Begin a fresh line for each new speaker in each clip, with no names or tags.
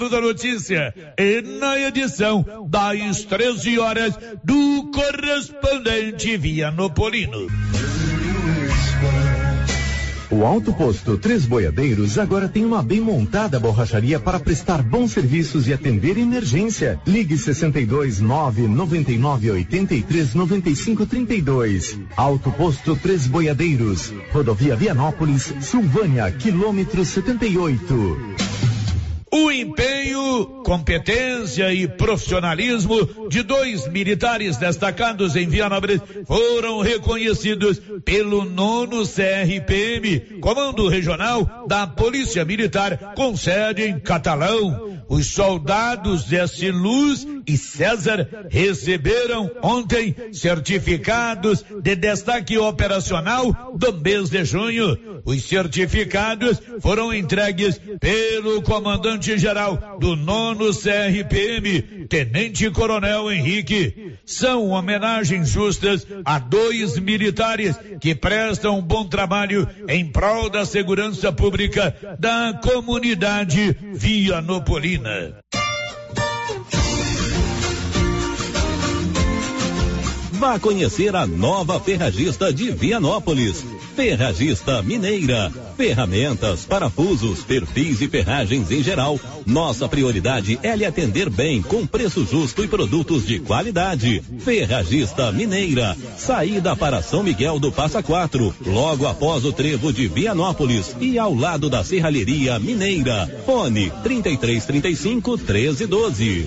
da notícia e na edição das 13 horas do correspondente Vianopolino.
O Alto Posto Três Boiadeiros agora tem uma bem montada borracharia para prestar bons serviços e atender emergência. Ligue 62.999.83.9532. Alto Posto Três Boiadeiros, Rodovia Vianópolis, Silvânia, quilômetro 78.
O empenho, competência e profissionalismo de 2 militares destacados em Vianópolis foram reconhecidos pelo 9º CRPM, Comando Regional da Polícia Militar, com sede em Catalão. Os soldados S. Luz e César receberam ontem certificados de destaque operacional do mês de junho. Os certificados foram entregues pelo comandante-geral do 9º CRPM, Tenente Coronel Henrique. São homenagens justas a 2 militares que prestam um bom trabalho em prol da segurança pública da comunidade vianopolina.
Vá conhecer a nova Ferragista de Vianópolis. Ferragista Mineira. Ferramentas, parafusos, perfis e ferragens em geral. Nossa prioridade é lhe atender bem, com preço justo e produtos de qualidade. Ferragista Mineira. Saída para São Miguel do Passa Quatro, logo após o trevo de Vianópolis e ao lado da Serralheria Mineira. Fone 3335-1312.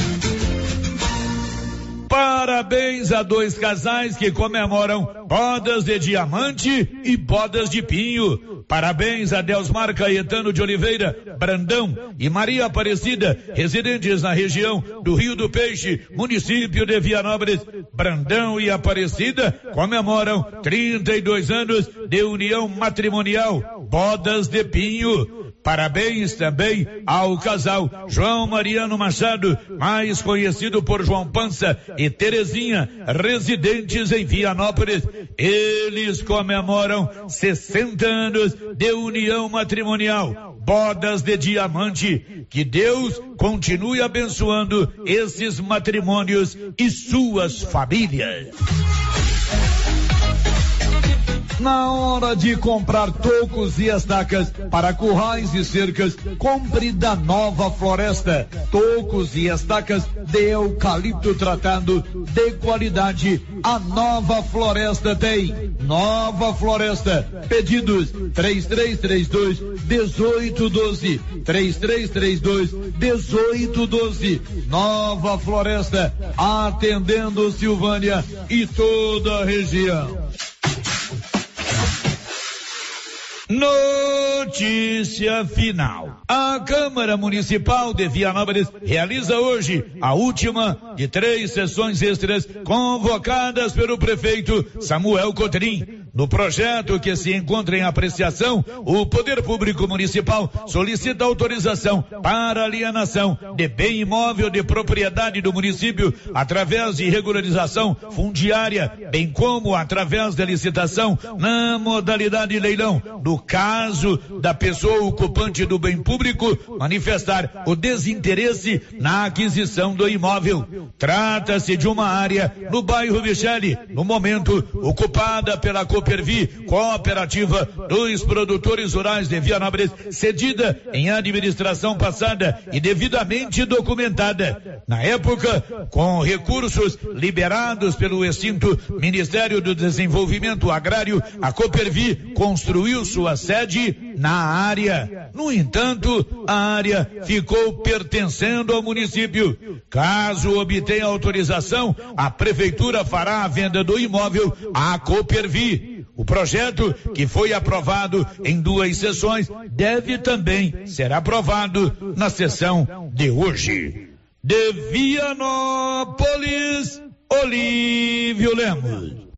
Parabéns a 2 casais que comemoram bodas de diamante e bodas de pinho. Parabéns a Delsmar Caetano de Oliveira Brandão e Maria Aparecida, residentes na região do Rio do Peixe, município de Vianópolis. Brandão e Aparecida comemoram 32 anos de união matrimonial, bodas de pinho. Parabéns também ao casal João Mariano Machado, mais conhecido por João Pança, e Terezinha, residentes em Vianópolis. Eles comemoram 60 anos de união matrimonial, bodas de diamante. Que Deus continue abençoando esses matrimônios e suas famílias. Na hora de comprar tocos e estacas para currais e cercas, compre da Nova Floresta. Tocos e estacas de eucalipto tratado de qualidade. A Nova Floresta tem. Nova Floresta. Pedidos 3332-1812. 3332-1812. Nova Floresta. Atendendo Silvânia e toda a região. Notícia final. A Câmara Municipal de Vianópolis realiza hoje a última de 3 sessões extras convocadas pelo prefeito Samuel Cotrim. No projeto que se encontra em apreciação, o Poder Público Municipal solicita autorização para alienação de bem imóvel de propriedade do município através de regularização fundiária, bem como através da licitação na modalidade leilão, no caso da pessoa ocupante do bem público manifestar o desinteresse na aquisição do imóvel. Trata-se de uma área no bairro Michele, no momento ocupada pela Coopervi, cooperativa dos produtores rurais de Vianópolis, cedida em administração passada e devidamente documentada. Na época, com recursos liberados pelo extinto Ministério do Desenvolvimento Agrário, a Coopervi construiu sua sede na área. No entanto, a área ficou pertencendo ao município. Caso obtenha autorização, a prefeitura fará a venda do imóvel à Coopervi. O projeto, que foi aprovado em 2 sessões, deve também ser aprovado na sessão de hoje. De Vianópolis, Olívio Lemos.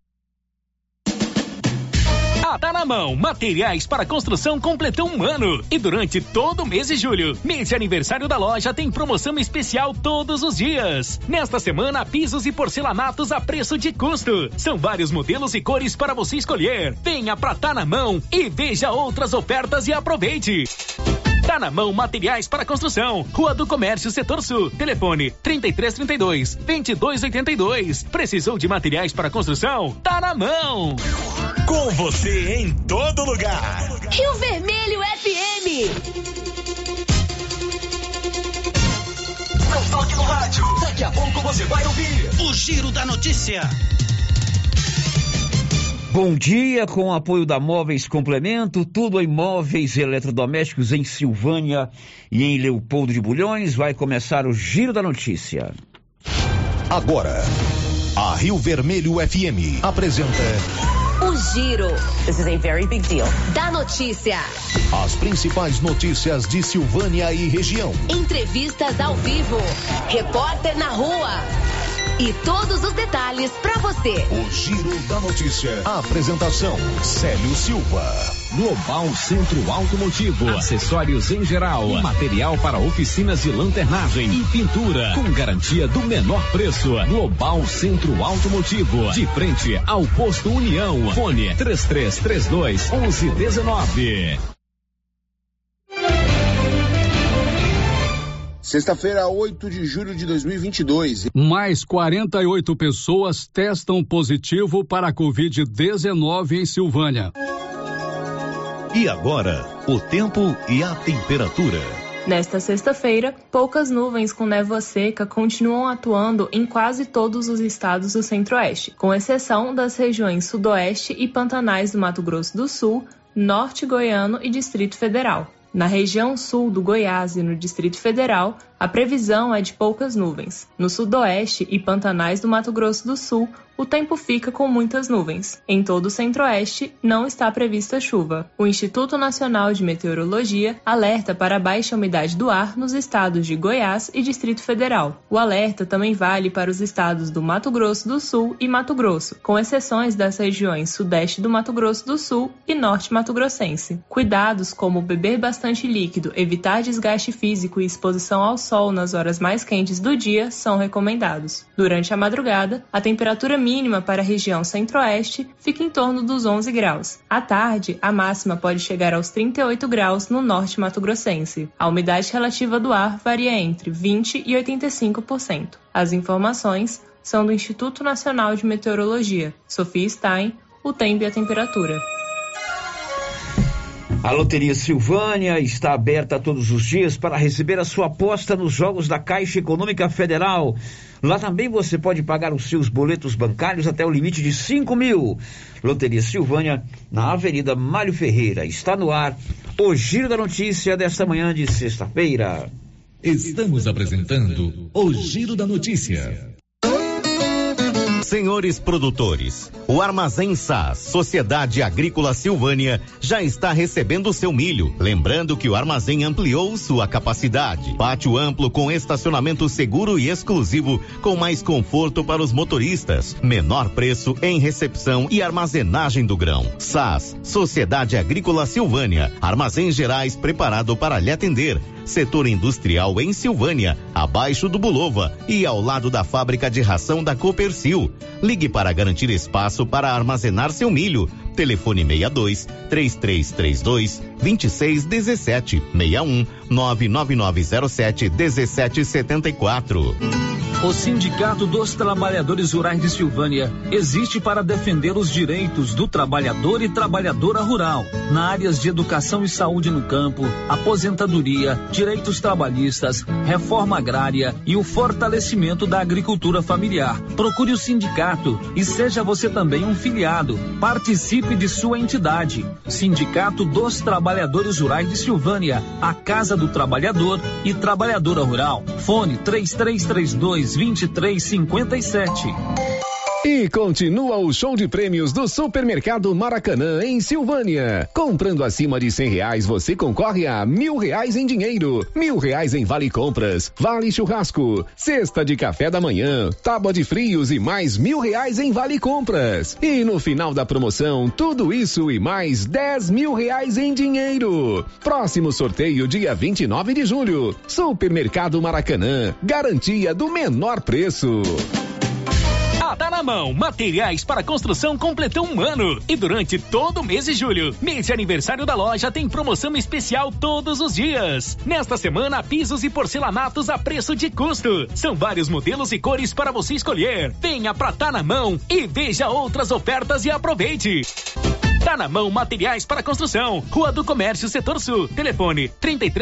Tá na mão, materiais para construção completam 1 ano. E durante todo o mês de julho, mês de aniversário da loja, tem promoção especial todos os dias. Nesta semana, pisos e porcelanatos a preço de custo. São vários modelos e cores para você escolher. Venha pra Tá na Mão e veja outras ofertas e aproveite. Tá na mão Materiais para Construção. Rua do Comércio, Setor Sul. Telefone 3332-2282. Precisou de materiais para construção? Tá na mão.
Com você em todo lugar.
Rio Vermelho FM.
Não toque no rádio. Daqui a pouco você vai ouvir
o Giro da Notícia.
Bom dia, com o apoio da Móveis Complemento, tudo em móveis e eletrodomésticos em Silvânia e em Leopoldo de Bulhões. Vai começar o Giro da Notícia.
Agora, a Rio Vermelho FM apresenta
o Giro.
This is a very big deal.
Da notícia.
As principais notícias de Silvânia e região.
Entrevistas ao vivo. Repórter na rua. E todos os detalhes para você.
O Giro da Notícia. A apresentação: Célio Silva.
Global Centro Automotivo. Acessórios em geral. Material para oficinas de lanternagem e pintura. Com garantia do menor preço. Global Centro Automotivo. De frente ao Posto União. Fone 3332-1119.
Sexta-feira, 8 de julho de 2022.
Mais 48 pessoas testam positivo para a Covid-19 em Silvânia.
E agora, o tempo e a temperatura.
Nesta sexta-feira, poucas nuvens com névoa seca continuam atuando em quase todos os estados do Centro-Oeste, com exceção das regiões Sudoeste e Pantanais do Mato Grosso do Sul, Norte Goiano e Distrito Federal. Na região sul do Goiás e no Distrito Federal, a previsão é de poucas nuvens. No Sudoeste e Pantanais do Mato Grosso do Sul, o tempo fica com muitas nuvens. Em todo o Centro-Oeste, não está prevista chuva. O Instituto Nacional de Meteorologia alerta para a baixa umidade do ar nos estados de Goiás e Distrito Federal. O alerta também vale para os estados do Mato Grosso do Sul e Mato Grosso, com exceções das regiões Sudeste do Mato Grosso do Sul e Norte Mato Grossense. Cuidados como beber bastante líquido, evitar desgaste físico e exposição ao sol nas horas mais quentes do dia são recomendados. Durante a madrugada, a temperatura mínima para a região Centro-Oeste fica em torno dos 11 graus. À tarde, a máxima pode chegar aos 38 graus no Norte Mato Grossense. A umidade relativa do ar varia entre 20% e 85%. As informações são do Instituto Nacional de Meteorologia. Sofia Stein, o tempo e a temperatura.
A Loteria Silvânia está aberta todos os dias para receber a sua aposta nos jogos da Caixa Econômica Federal. Lá também você pode pagar os seus boletos bancários até o limite de 5.000. Loteria Silvânia, na Avenida Mário Ferreira. Está no ar o Giro da Notícia desta manhã de sexta-feira.
Estamos apresentando o Giro da Notícia.
Senhores produtores, o Armazém SAS, Sociedade Agrícola Silvânia, já está recebendo seu milho. Lembrando que o armazém ampliou sua capacidade. Pátio amplo com estacionamento seguro e exclusivo, com mais conforto para os motoristas. Menor preço em recepção e armazenagem do grão. SAS, Sociedade Agrícola Silvânia, Armazéns Gerais preparado para lhe atender. Setor industrial em Silvânia, abaixo do Bulova e ao lado da fábrica de ração da Copercil. Ligue para garantir espaço para armazenar seu milho. Telefone 62-3332-2617, 61-99907-1774.
O Sindicato dos Trabalhadores Rurais de Silvânia existe para defender os direitos do trabalhador e trabalhadora rural, na áreas de educação e saúde no campo, aposentadoria, direitos trabalhistas, reforma agrária e o fortalecimento da agricultura familiar. Procure o sindicato e seja você também um filiado. Participe de sua entidade. Sindicato dos Trabalhadores Rurais de Silvânia, a Casa do Trabalhador e Trabalhadora Rural. Fone 3332-2357.
E continua o show de prêmios do Supermercado Maracanã em Silvânia. Comprando acima de R$100, você concorre a R$1.000 em dinheiro, R$1.000 em vale compras, vale churrasco, cesta de café da manhã, tábua de frios e mais R$1.000 em vale compras. E no final da promoção, tudo isso e mais R$10.000 em dinheiro. Próximo sorteio dia 29 de julho. Supermercado Maracanã, garantia do menor preço.
Tá na mão, materiais para construção completou 1 ano. E durante todo o mês de julho, mês de aniversário da loja, tem promoção especial todos os dias. Nesta semana, pisos e porcelanatos a preço de custo. São vários modelos e cores para você escolher. Venha pra Tá na Mão e veja outras ofertas e aproveite. Tá na Mão, materiais para construção. Rua do Comércio, Setor Sul. Telefone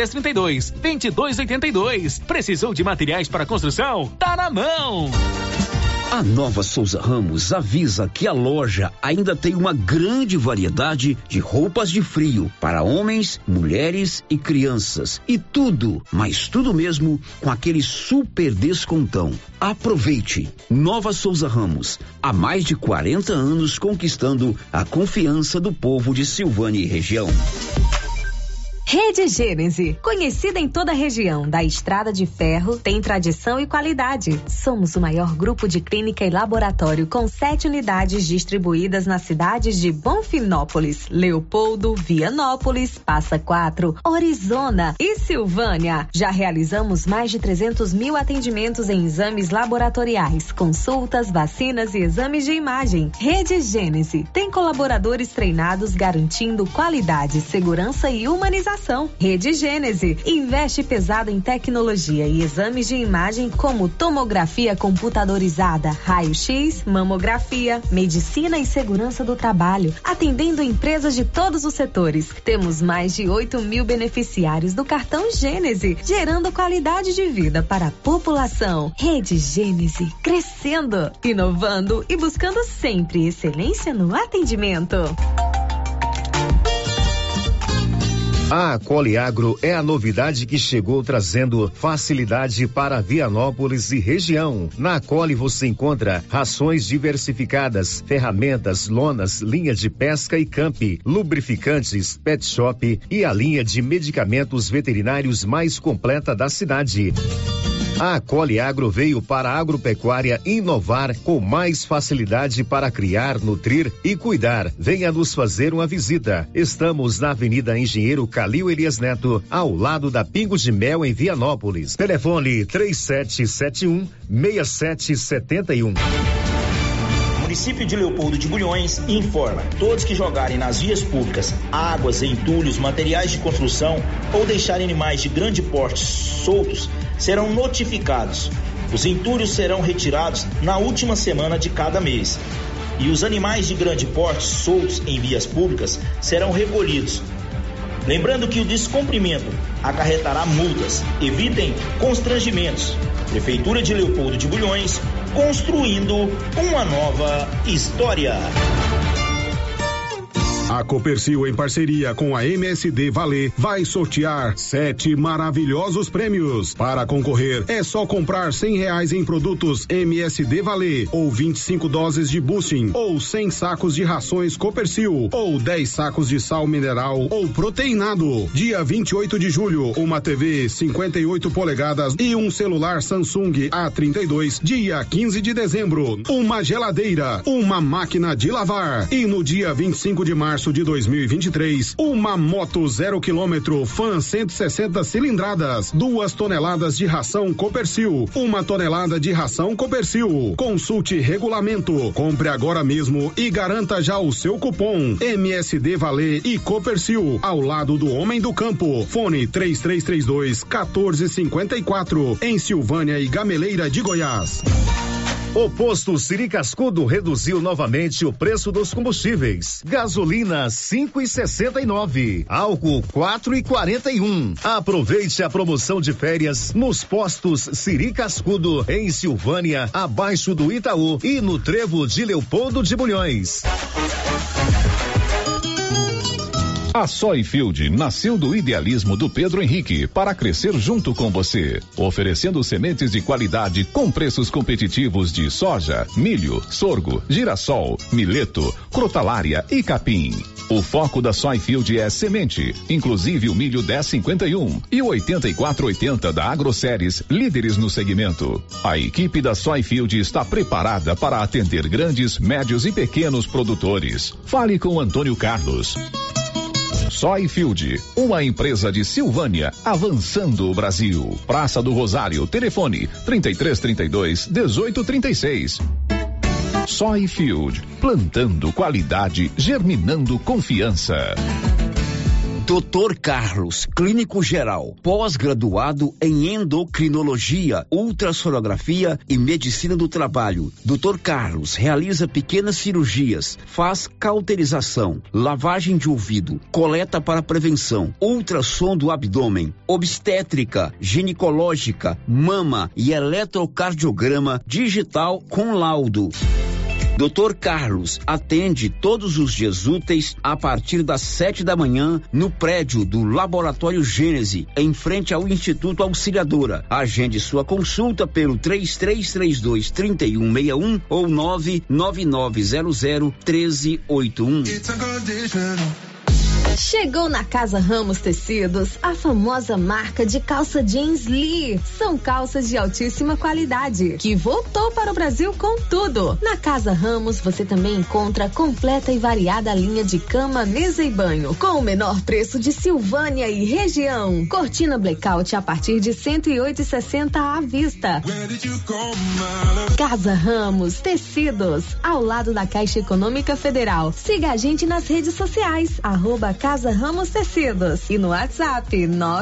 3332-2282. Precisou de materiais para construção? Tá na mão.
A Nova Souza Ramos avisa que a loja ainda tem uma grande variedade de roupas de frio para homens, mulheres e crianças. E tudo, mas tudo mesmo, com aquele super descontão. Aproveite! Nova Souza Ramos, há mais de 40 anos conquistando a confiança do povo de Silvânia e região.
Rede Gênese, conhecida em toda a região da Estrada de Ferro, tem tradição e qualidade. Somos o maior grupo de clínica e laboratório com 7 unidades distribuídas nas cidades de Bonfinópolis, Leopoldo, Vianópolis, Passa Quatro, Orizona e Silvânia. Já realizamos mais de 300 mil atendimentos em exames laboratoriais, consultas, vacinas e exames de imagem. Rede Gênese tem colaboradores treinados garantindo qualidade, segurança e humanização. Rede Gênese investe pesado em tecnologia e exames de imagem como tomografia computadorizada, raio-x, mamografia, medicina e segurança do trabalho, atendendo empresas de todos os setores. Temos mais de 8 mil beneficiários do cartão Gênese, gerando qualidade de vida para a população. Rede Gênese, crescendo, inovando e buscando sempre excelência no atendimento.
A Acoliagro é a novidade que chegou trazendo facilidade para Vianópolis e região. Na Acoli você encontra rações diversificadas, ferramentas, lonas, linha de pesca e camp, lubrificantes, pet shop e a linha de medicamentos veterinários mais completa da cidade. A Acoliagro veio para a agropecuária inovar com mais facilidade para criar, nutrir e cuidar. Venha nos fazer uma visita. Estamos na Avenida Engenheiro Calil Elias Neto, ao lado da Pingo de Mel, em Vianópolis. Telefone 3771-6771.
O município de Leopoldo de Bulhões informa: todos que jogarem nas vias públicas águas, entulhos, materiais de construção ou deixarem animais de grande porte soltos serão notificados. Os entulhos serão retirados na última semana de cada mês e os animais de grande porte soltos em vias públicas serão recolhidos. Lembrando que o descumprimento acarretará multas. Evitem constrangimentos. Prefeitura de Leopoldo de Bulhões, construindo uma nova história.
A Copercil, em parceria com a MSD Valer, vai sortear 7 maravilhosos prêmios. Para concorrer, é só comprar R$100 em produtos MSD Valer, ou 25 doses de boosting, ou 100 sacos de rações Copercil, ou 10 sacos de sal mineral ou proteinado. Dia 28 de julho, uma TV 58 polegadas e um celular Samsung A32. Dia 15 de dezembro, uma geladeira, uma máquina de lavar. E no dia 25 de março de 2023, uma moto 0 km Fan 160 cilindradas, 2 toneladas de ração Copercil, 1 tonelada de ração Copercil. Consulte regulamento, compre agora mesmo e garanta já o seu cupom MSD Valer e Copercil, ao lado do homem do campo. Fone 3332-1454, em Silvânia e Gameleira de Goiás.
O posto Siri Cascudo reduziu novamente o preço dos combustíveis. Gasolina 5,69, álcool 4,41. Aproveite a promoção de férias nos postos Siri Cascudo, em Silvânia, abaixo do Itaú, e no Trevo de Leopoldo de Bulhões.
A Soyfield nasceu do idealismo do Pedro Henrique para crescer junto com você, oferecendo sementes de qualidade com preços competitivos de soja, milho, sorgo, girassol, mileto, crotalária e capim. O foco da Soyfield é semente, inclusive o milho 1051 e o 8480 da AgroSéries, líderes no segmento. A equipe da Soyfield está preparada para atender grandes, médios e pequenos produtores. Fale com Antônio Carlos. Soyfield, uma empresa de Silvânia, avançando o Brasil. Praça do Rosário, telefone 3332-1836.
Soy Field, plantando qualidade, germinando confiança.
Dr. Carlos, clínico geral, pós-graduado em endocrinologia, ultrassonografia e medicina do trabalho. Dr. Carlos realiza pequenas cirurgias, faz cauterização, lavagem de ouvido, coleta para prevenção, ultrassom do abdômen, obstétrica, ginecológica, mama e eletrocardiograma digital com laudo. Dr. Carlos atende todos os dias úteis a partir das 7 da manhã no prédio do Laboratório Gênese, em frente ao Instituto Auxiliadora. Agende sua consulta pelo 3332-3161 ou 99900-1381.
Chegou na Casa Ramos Tecidos a famosa marca de calça jeans Lee. São calças de altíssima qualidade que voltou para o Brasil com tudo. Na Casa Ramos você também encontra completa e variada linha de cama, mesa e banho com o menor preço de Silvânia e região. Cortina blackout a partir de 108,60 à vista. Casa Ramos Tecidos, ao lado da Caixa Econômica Federal. Siga a gente nas redes sociais, @Casa Ramos Tecidos e no WhatsApp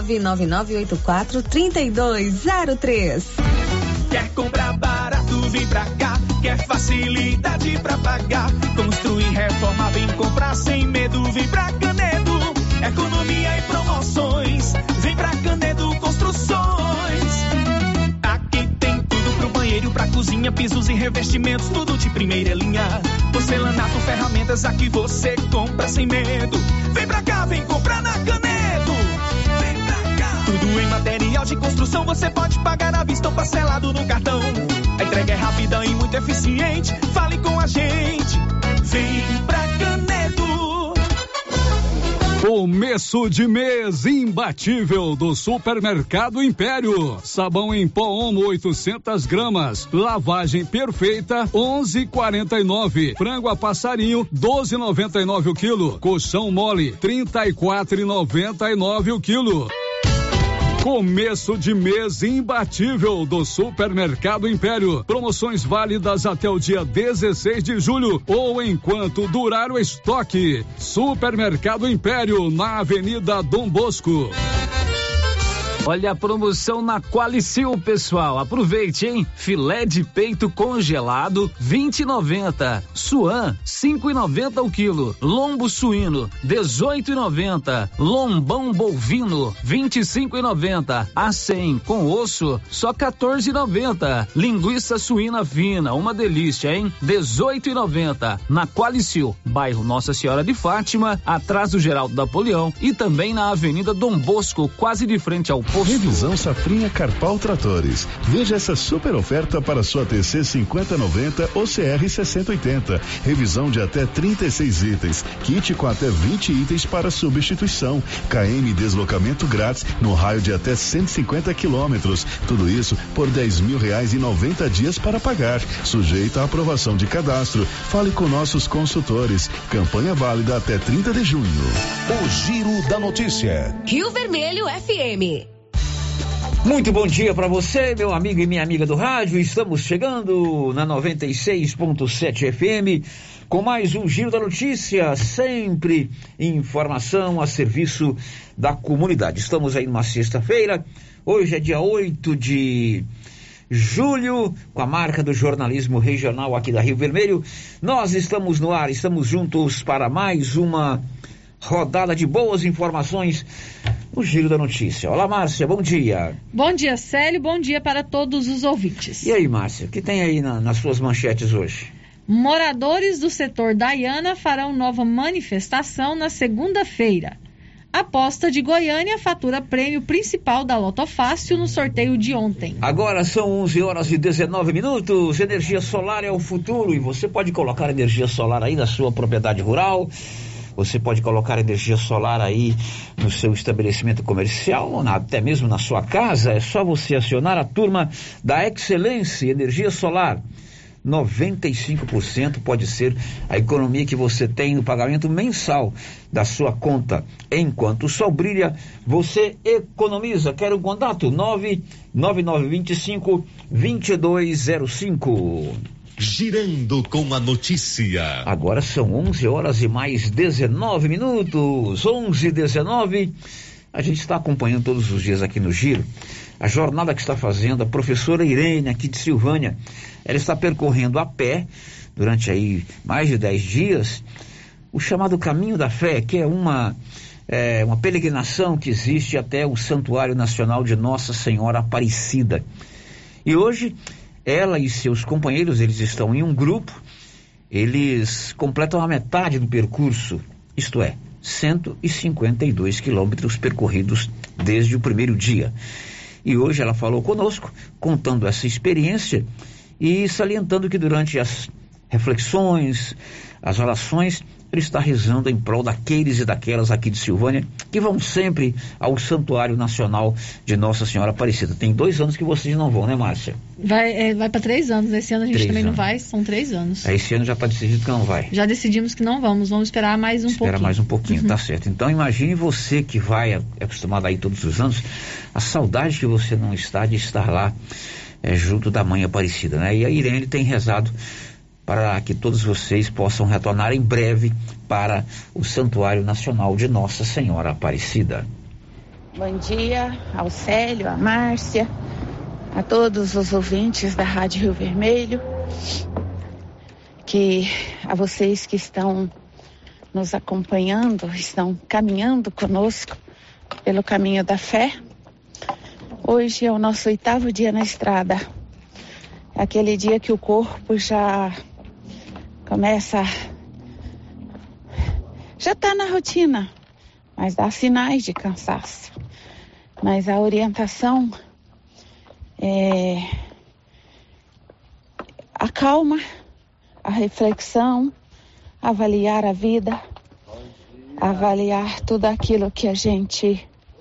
99984-3203.
Quer comprar barato, vem pra cá. Quer facilidade pra pagar. Construir, reforma, vem comprar sem medo. Vem pra Canedo, economia e promoções. Vem pra Canedo Construções. Aqui tem tudo pro banheiro, pra cozinha, pisos e revestimentos, tudo de primeira linha. Porcelanato, ferramentas, aqui você compra sem medo. Vem pra cá, vem comprar na Canedo. Vem pra cá. Tudo em material de construção, você pode pagar à vista ou parcelado no cartão. A entrega é rápida e muito eficiente. Fale com a gente. Vem pra Canedo.
Começo de mês imbatível do Supermercado Império. Sabão em pó Omo 800 gramas. Lavagem perfeita 11,49. Frango a passarinho 12,99 o quilo. Colchão mole 34,99 o quilo. Começo de mês imbatível do Supermercado Império. Promoções válidas até o dia 16 de julho ou enquanto durar o estoque. Supermercado Império, na Avenida Dom Bosco.
Olha a promoção na Qualicil, pessoal. Aproveite, hein? Filé de peito congelado, 20,90. Suã, 5,90 o quilo. Lombo suíno, 18,90. Lombão bovino, 25,90. A100 com osso, só 14,90. Linguiça suína fina, uma delícia, hein? 18,90. Na Qualicil, bairro Nossa Senhora de Fátima, atrás do Geraldo Napoleão e também na Avenida Dom Bosco, quase de frente ao posto.
Revisão Safrinha Carpal Tratores. Veja essa super oferta para sua TC 5090 ou CR 6080. Revisão de até 36 itens. Kit com até 20 itens para substituição. KM deslocamento grátis no raio de até 150 quilômetros. Tudo isso por R$10.000 e 90 dias para pagar. Sujeito à aprovação de cadastro. Fale com nossos consultores. Campanha válida até 30 de junho.
O Giro da Notícia.
Rio Vermelho FM.
Muito bom dia para você, meu amigo e minha amiga do rádio. Estamos chegando na 96.7 FM com mais um Giro da Notícia, sempre informação a serviço da comunidade. Estamos aí numa sexta-feira, hoje é dia 8 de julho, com a marca do jornalismo regional aqui da Rio Vermelho. Nós estamos no ar, estamos juntos para mais uma rodada de boas informações. O Giro da Notícia. Olá, Márcia, bom dia.
Bom dia, Célio, bom dia para todos os ouvintes.
E aí, Márcia, o que tem aí nas suas manchetes hoje?
Moradores do setor Daiana farão nova manifestação na segunda-feira. Aposta de Goiânia fatura prêmio principal da Loto Fácil no sorteio de ontem.
Agora são 11h19. Energia solar é o futuro e você pode colocar energia solar aí na sua propriedade rural. Você pode colocar energia solar aí no seu estabelecimento comercial ou até mesmo na sua casa. É só você acionar a turma da Excelência Energia Solar. 95% pode ser a economia que você tem no pagamento mensal da sua conta. Enquanto o sol brilha, você economiza. Quer um contato? 99925-2205.
girando com a notícia.
Agora são 11 horas e mais 19 minutos. 11:19. A gente está acompanhando todos os dias aqui no Giro a jornada que está fazendo a professora Irene aqui de Silvânia. Ela está percorrendo a pé durante aí mais de 10 dias o chamado Caminho da Fé, que é uma peregrinação que existe até o Santuário Nacional de Nossa Senhora Aparecida. E hoje ela e seus companheiros, eles estão em um grupo, eles completam a metade do percurso, isto é, 152 quilômetros percorridos desde o primeiro dia. E hoje ela falou conosco, contando essa experiência e salientando que durante as reflexões, as orações, ele está rezando em prol daqueles e daquelas aqui de Silvânia que vão sempre ao Santuário Nacional de Nossa Senhora Aparecida. Tem 2 anos que vocês não vão, né, Márcia?
Vai para 3 anos. Esse ano a gente também não vai, são 3 anos.
Esse ano já está decidido que não vai.
Já decidimos que não vamos esperar mais um pouquinho.
Espera mais um pouquinho, tá certo. Então imagine você que vai, é acostumado a ir todos os anos, a saudade que você não está de estar lá junto da Mãe Aparecida, né? E a Irene tem rezado para que todos vocês possam retornar em breve para o Santuário Nacional de Nossa Senhora Aparecida.
Bom dia ao Célio, a Márcia, a todos os ouvintes da Rádio Rio Vermelho, a vocês que estão nos acompanhando, estão caminhando conosco pelo caminho da fé. Hoje é o nosso 8º dia na estrada. É aquele dia que o corpo já está na rotina, mas dá sinais de cansaço. Mas a orientação é a calma, a reflexão, avaliar a vida, avaliar tudo aquilo que a gente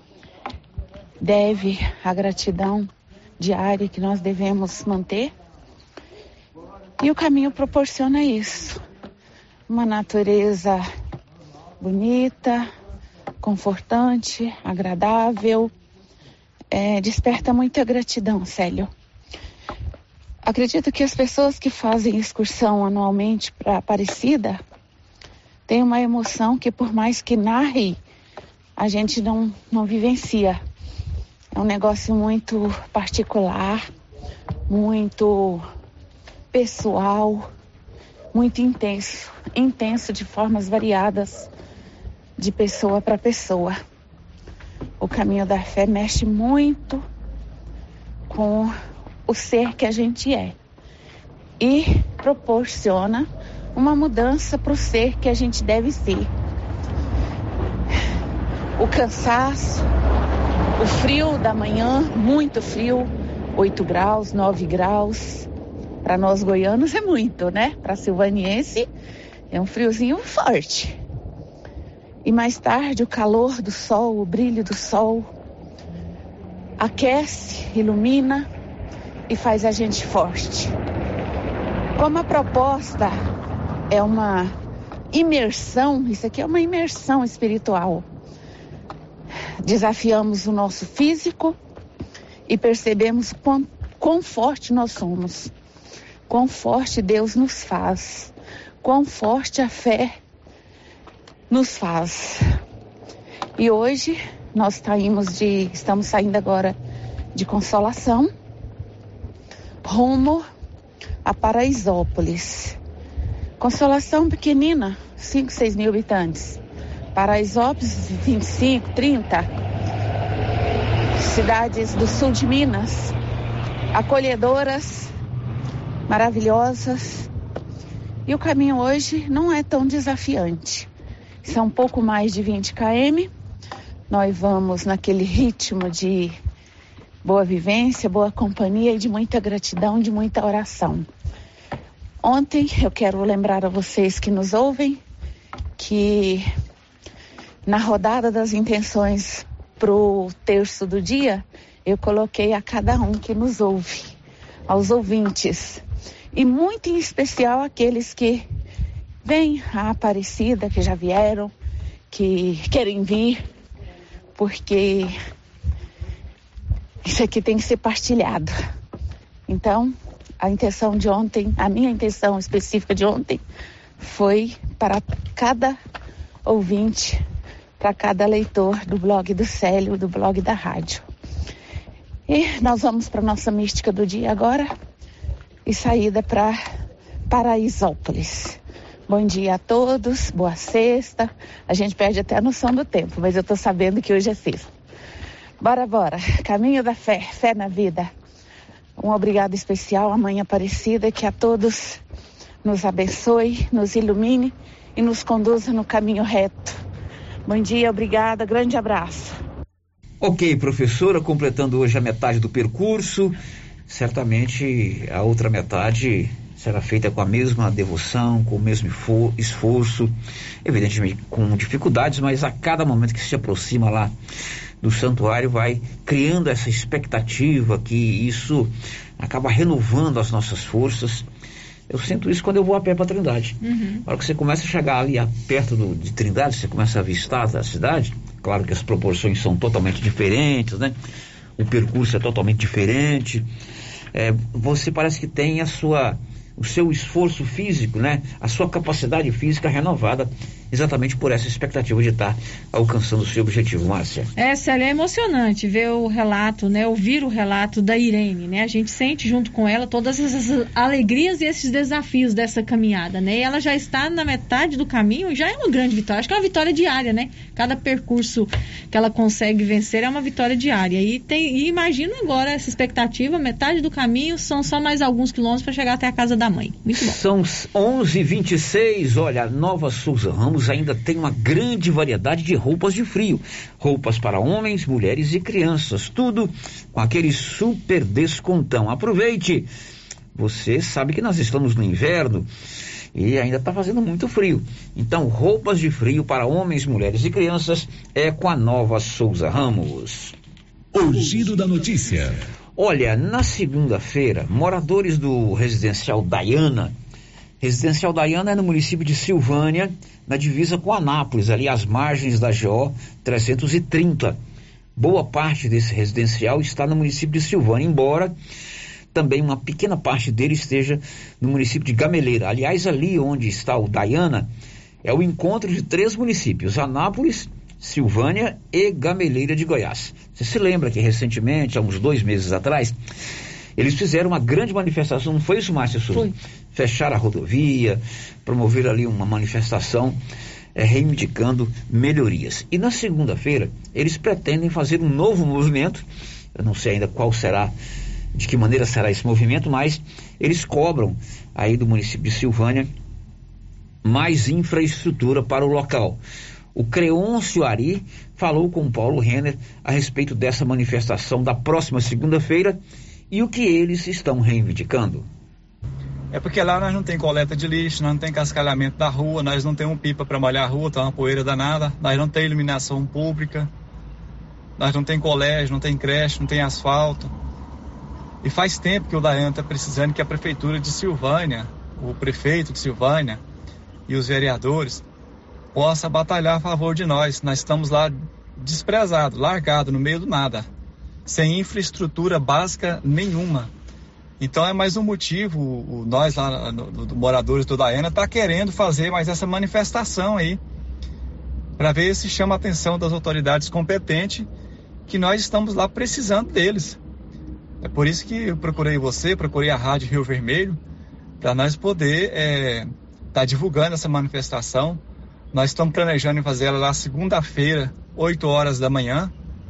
deve, a gratidão diária que nós devemos manter. E o caminho proporciona isso. Uma natureza bonita, confortante, agradável. Desperta muita gratidão, Célio. Acredito que as pessoas que fazem excursão anualmente para Aparecida têm uma emoção que, por mais que narre, a gente não vivencia. É um negócio muito particular, muito pessoal, muito intenso de formas variadas, de pessoa para pessoa. O caminho da fé mexe muito com o ser que a gente é e proporciona uma mudança para o ser que a gente deve ser. O cansaço, o frio da manhã, muito frio, 8 graus, 9 graus. Para nós goianos é muito, né? Para silvaniense é um friozinho forte. E mais tarde o calor do sol, o brilho do sol aquece, ilumina e faz a gente forte. Como a proposta é uma imersão, isso aqui é uma imersão espiritual. Desafiamos o nosso físico e percebemos quão forte nós somos. Quão forte Deus nos faz, quão forte a fé nos faz. E hoje nós estamos saindo agora de Consolação, rumo a Paraisópolis. Consolação pequenina, 5, 6 mil habitantes. Paraisópolis, 25, 30. Cidades do sul de Minas, acolhedoras, maravilhosas. E o caminho hoje não é tão desafiante. São um pouco mais de 20 km. Nós vamos naquele ritmo de boa vivência, boa companhia e de muita gratidão, de muita oração. Ontem eu quero lembrar a vocês que nos ouvem que na rodada das intenções pro terço do dia, eu coloquei a cada um que nos ouve, aos ouvintes. E muito em especial aqueles que vêm à Aparecida, que já vieram, que querem vir, porque isso aqui tem que ser partilhado. Então, a intenção de ontem, a minha intenção específica de ontem, foi para cada ouvinte, para cada leitor do blog do Célio, do blog da rádio. E nós vamos para a nossa mística do dia agora e saída para Paraisópolis. Bom dia a todos, boa sexta. A gente perde até a noção do tempo, mas eu tô sabendo que hoje é sexta. Bora, caminho da fé, fé na vida. Um obrigado especial à Mãe Aparecida, que a todos nos abençoe, nos ilumine e nos conduza no caminho reto. Bom dia, obrigada, grande abraço.
Ok, professora, completando hoje a metade do percurso, certamente a outra metade será feita com a mesma devoção, com o mesmo esforço, evidentemente com dificuldades, mas a cada momento que se aproxima lá do santuário vai criando essa expectativa, que isso acaba renovando as nossas forças. Eu sinto isso quando eu vou a pé para Trindade. Na hora que você começa a chegar ali perto de Trindade, você começa a avistar a cidade, claro que as proporções são totalmente diferentes, né? O percurso é totalmente diferente. Você parece que tem o seu esforço físico, né? A sua capacidade física renovada, exatamente por essa expectativa de estar alcançando o seu objetivo, Márcia.
Célia, é emocionante ver o relato, né? Ouvir o relato da Irene, né? A gente sente junto com ela todas essas alegrias e esses desafios dessa caminhada, né? E ela já está na metade do caminho, já é uma grande vitória. Acho que é uma vitória diária, né? Cada percurso que ela consegue vencer é uma vitória diária. E imagino agora essa expectativa, metade do caminho, são só mais alguns quilômetros para chegar até a casa da mãe. Muito bom.
São 11h26, olha, a Nova Souza Ramos ainda tem uma grande variedade de roupas de frio. Roupas para homens, mulheres e crianças. Tudo com aquele super descontão. Aproveite! Você sabe que nós estamos no inverno e ainda está fazendo muito frio. Então, roupas de frio para homens, mulheres e crianças é com a Nova Souza Ramos.
O giro da notícia.
Olha, na segunda-feira, moradores do Residencial Diana é no município de Silvânia, na divisa com Anápolis, ali às margens da GO 330. Boa parte desse residencial está no município de Silvânia, embora também uma pequena parte dele esteja no município de Gameleira. Aliás, ali onde está o Diana, é o encontro de 3 municípios, Anápolis, Silvânia e Gameleira de Goiás. Você se lembra que recentemente, há uns 2 meses atrás, eles fizeram uma grande manifestação, não foi isso, Márcia Souza?
Foi.
Fecharam a rodovia, promoveram ali uma manifestação reivindicando melhorias. E na segunda-feira, eles pretendem fazer um novo movimento, eu não sei ainda qual será, de que maneira será esse movimento, mas eles cobram aí do município de Silvânia mais infraestrutura para o local. O Creôncio Ari falou com o Paulo Renner a respeito dessa manifestação da próxima segunda-feira e o que eles estão reivindicando.
É porque lá nós não tem coleta de lixo, nós não tem cascalhamento da rua, nós não temos pipa para molhar a rua, tá uma poeira danada, nós não tem iluminação pública, nós não tem colégio, não tem creche, não tem asfalto. E faz tempo que o Daiane está precisando que a prefeitura de Silvânia, o prefeito de Silvânia e os vereadores possa batalhar a favor de nós. Nós estamos lá desprezados, largados, no meio do nada, sem infraestrutura básica nenhuma. Então é mais um motivo, nós lá, moradores do Diana, tá querendo fazer mais essa manifestação aí, para ver se chama a atenção das autoridades competentes, que nós estamos lá precisando deles. É por isso que eu procurei a Rádio Rio Vermelho, para nós poder tá divulgando essa manifestação. Nós estamos planejando em fazer ela lá segunda-feira, 8 horas da manhã,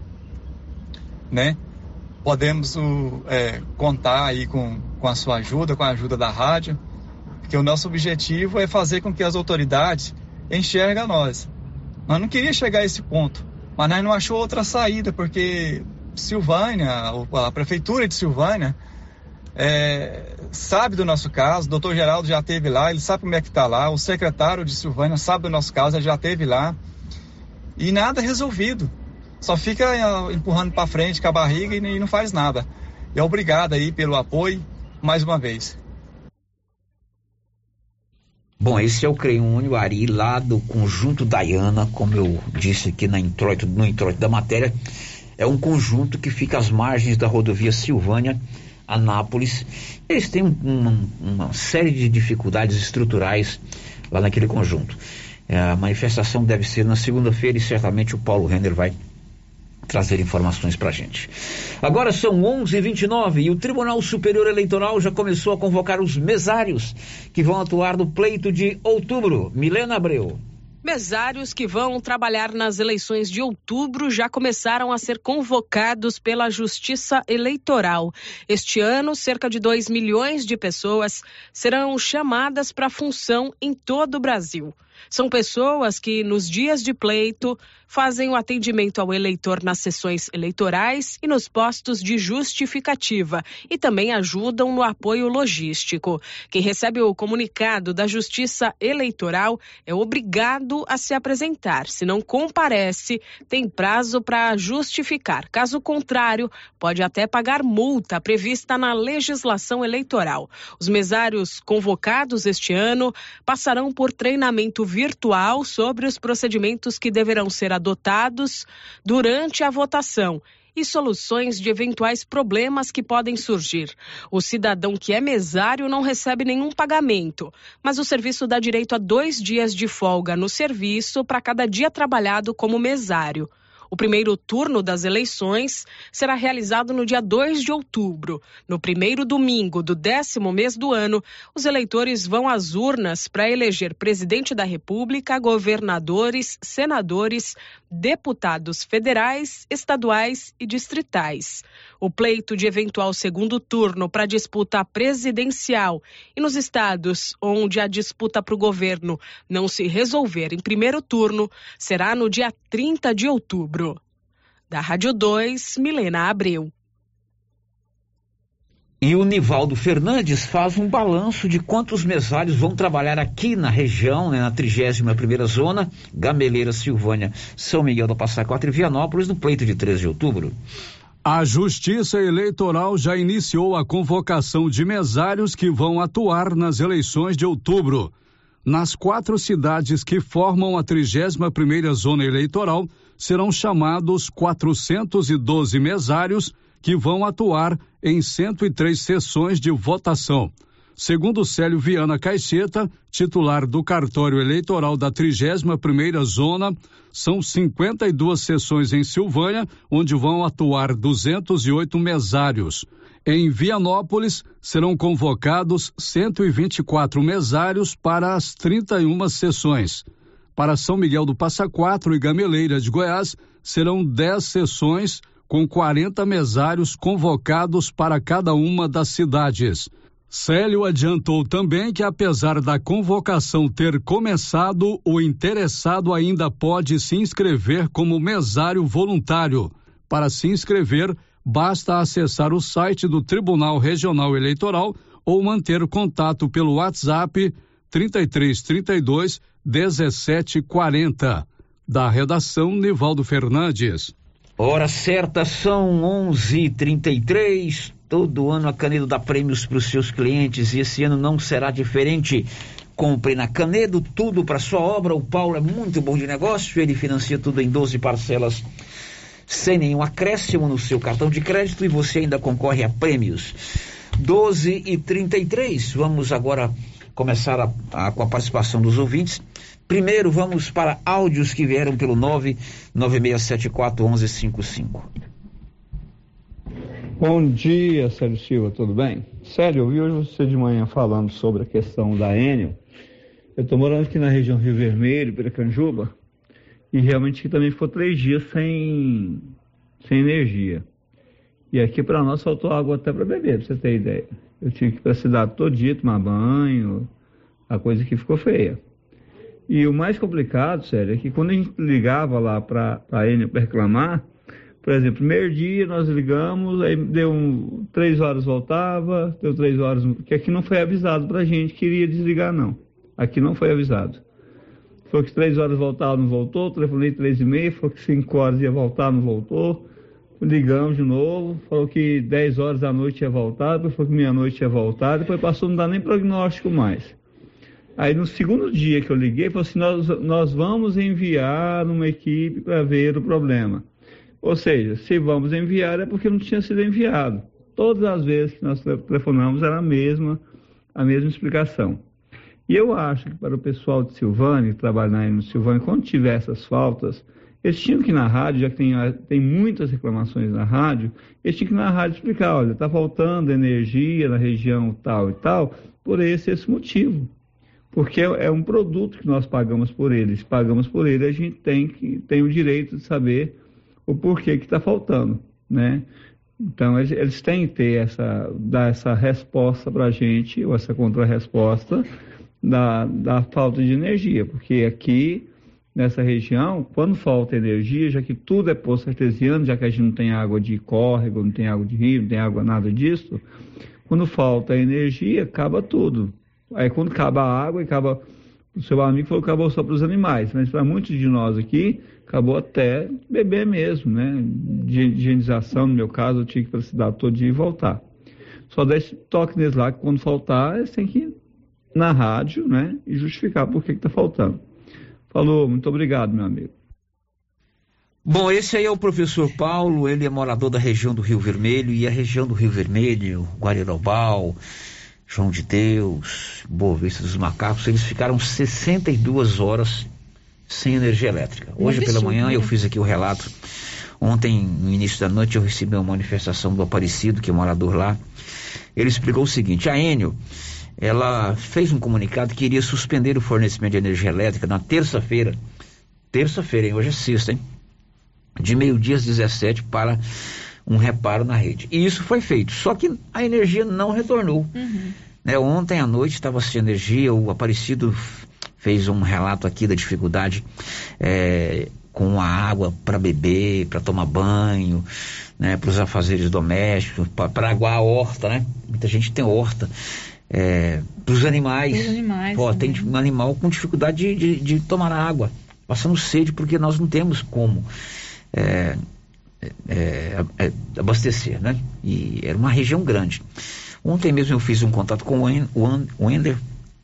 né? Podemos contar aí com a sua ajuda, com a ajuda da rádio, porque o nosso objetivo é fazer com que as autoridades enxerguem nós. Nós não queríamos chegar a esse ponto, mas nós não achou outra saída, porque Silvânia, a prefeitura de Silvânia, sabe do nosso caso, o doutor Geraldo já esteve lá, ele sabe como é que está lá, o secretário de Silvânia sabe do nosso caso, ele já esteve lá, e nada resolvido, só fica empurrando para frente com a barriga e não faz nada. E obrigado aí pelo apoio, mais uma vez.
Bom, esse é o Creôncio Ari, lá do Conjunto Diana, como eu disse aqui no introito da matéria, é um conjunto que fica às margens da rodovia Silvânia, Anápolis. Eles têm uma série de dificuldades estruturais lá naquele conjunto. A manifestação deve ser na segunda-feira e certamente o Paulo Renner vai trazer informações pra gente. Agora são 11h29 e o Tribunal Superior Eleitoral já começou a convocar os mesários que vão atuar no pleito de outubro. Milena Abreu.
Mesários que vão trabalhar nas eleições de outubro já começaram a ser convocados pela Justiça Eleitoral. Este ano, cerca de 2 milhões de pessoas serão chamadas para a função em todo o Brasil. São pessoas que, nos dias de pleito, fazem o atendimento ao eleitor nas sessões eleitorais e nos postos de justificativa e também ajudam no apoio logístico. Quem recebe o comunicado da Justiça Eleitoral é obrigado a se apresentar. Se não comparece, tem prazo para justificar. Caso contrário, pode até pagar multa prevista na legislação eleitoral. Os mesários convocados este ano passarão por treinamento virtual sobre os procedimentos que deverão ser adotados durante a votação e soluções de eventuais problemas que podem surgir. O cidadão que é mesário não recebe nenhum pagamento, mas o serviço dá direito a 2 dias de folga no serviço para cada dia trabalhado como mesário. O primeiro turno das eleições será realizado no dia 2 de outubro. No primeiro domingo do 10º mês do ano, os eleitores vão às urnas para eleger presidente da República, governadores, senadores, deputados federais, estaduais e distritais. O pleito de eventual segundo turno para a disputa presidencial e nos estados onde a disputa para o governo não se resolver em primeiro turno será no dia 30 de outubro. Da Rádio 2, Milena Abreu.
E o Nivaldo Fernandes faz um balanço de quantos mesários vão trabalhar aqui na região, na 31ª Zona, Gameleira, Silvânia, São Miguel do Passa Quatro e Vianópolis, no pleito de 13 de outubro.
A Justiça Eleitoral já iniciou a convocação de mesários que vão atuar nas eleições de outubro. Nas 4 cidades que formam a 31ª Zona Eleitoral, serão chamados 412 mesários que vão atuar em 103 sessões de votação. Segundo Célio Viana Caixeta, titular do cartório eleitoral da 31ª Zona, são 52 sessões em Silvânia, onde vão atuar 208 mesários. Em Vianópolis, serão convocados 124 mesários para as 31 sessões. Para São Miguel do Passa Quatro e Gameleira de Goiás, serão 10 sessões com 40 mesários convocados para cada uma das cidades. Célio adiantou também que, apesar da convocação ter começado, o interessado ainda pode se inscrever como mesário voluntário. Para se inscrever, basta acessar o site do Tribunal Regional Eleitoral ou manter contato pelo WhatsApp 3332 1740. Da redação, Nivaldo Fernandes.
Hora certa, são 11h33. Todo ano a Canedo dá prêmios para os seus clientes e esse ano não será diferente. Compre na Canedo tudo para sua obra. O Paulo é muito bom de negócio, ele financia tudo em 12 parcelas sem nenhum acréscimo no seu cartão de crédito e você ainda concorre a prêmios. 12h33, vamos agora começar com a participação dos ouvintes. Primeiro vamos para áudios que vieram pelo 996741155.
Bom dia, Célio Silva, tudo bem? Célio, eu vi hoje você de manhã falando sobre a questão da Enel. Eu estou morando aqui na região Rio Vermelho, Piracanjuba, e realmente aqui também ficou 3 dias sem energia. E aqui para nós faltou água até para beber, para você ter ideia. Eu tive que ir para a cidade todo dia tomar banho, a coisa que ficou feia. E o mais complicado, Célio, é que quando a gente ligava lá para a Enel para reclamar, por exemplo, primeiro dia nós ligamos, aí deu 3 horas voltava, deu 3 horas, que aqui não foi avisado pra gente que iria desligar não. Aqui não foi avisado. Falou que 3 horas voltava, não voltou, telefonei 3h30, falou que 5 horas ia voltar, não voltou. Ligamos de novo, falou que 10 horas da noite ia voltar, depois falou que meia-noite ia voltar, depois passou, não dá nem prognóstico mais. Aí no segundo dia que eu liguei, falou assim, nós vamos enviar uma equipe para ver o problema. Ou seja, se vamos enviar é porque não tinha sido enviado. todas as vezes que nós telefonamos era a mesma explicação. E eu acho que para o pessoal de Silvânia, que trabalha aí no Silvânia, quando tiver essas faltas, eles tinham que ir na rádio, já que tem muitas reclamações na rádio, eles tinham que ir na rádio explicar, olha, está faltando energia na região tal e tal, por esse motivo. Porque é um produto que nós pagamos por ele. Se pagamos por ele, a gente tem o direito de saber o porquê que está faltando, né? Então, eles têm que dar essa resposta para a gente, ou essa contra-resposta da falta de energia. Porque aqui, nessa região, quando falta energia, já que tudo é poço artesiano, já que a gente não tem água de córrego, não tem água de rio, não tem água nada disso, quando falta energia, acaba tudo. Aí quando acaba a água, o seu amigo falou que acabou só para os animais, mas para muitos de nós aqui, acabou até beber mesmo, né? De higienização, no meu caso, eu tinha que ir para a cidade todo dia e voltar. Só dá esse toque neles lá, que quando faltar, eles têm que ir na rádio, né? E justificar por que está faltando. Falou, muito obrigado, meu amigo.
Bom, esse aí é o professor Paulo, ele é morador da região do Rio Vermelho, e a região do Rio Vermelho, Guarirobal, João de Deus, Boa Vista dos Macacos, eles ficaram 62 horas sem energia elétrica. Hoje pela manhã eu fiz aqui o relato. Ontem, no início da noite, eu recebi uma manifestação do Aparecido, que é morador lá. Ele explicou o seguinte: a Enel, ela fez um comunicado que iria suspender o fornecimento de energia elétrica na terça-feira, hein? Hoje é sexta, hein? De meio-dia às 17 para um reparo na rede. E isso foi feito, só que a energia não retornou. Né? Ontem à noite estava sem energia, o Aparecido fez um relato aqui da dificuldade com a água para beber, para tomar banho, né? Para os afazeres domésticos, para aguar a horta, né? Muita gente tem horta. Para os animais. Tem um animal com dificuldade de tomar água, passando sede, porque nós não temos como abastecer, né? E era uma região grande. Ontem mesmo eu fiz um contato com o Ander.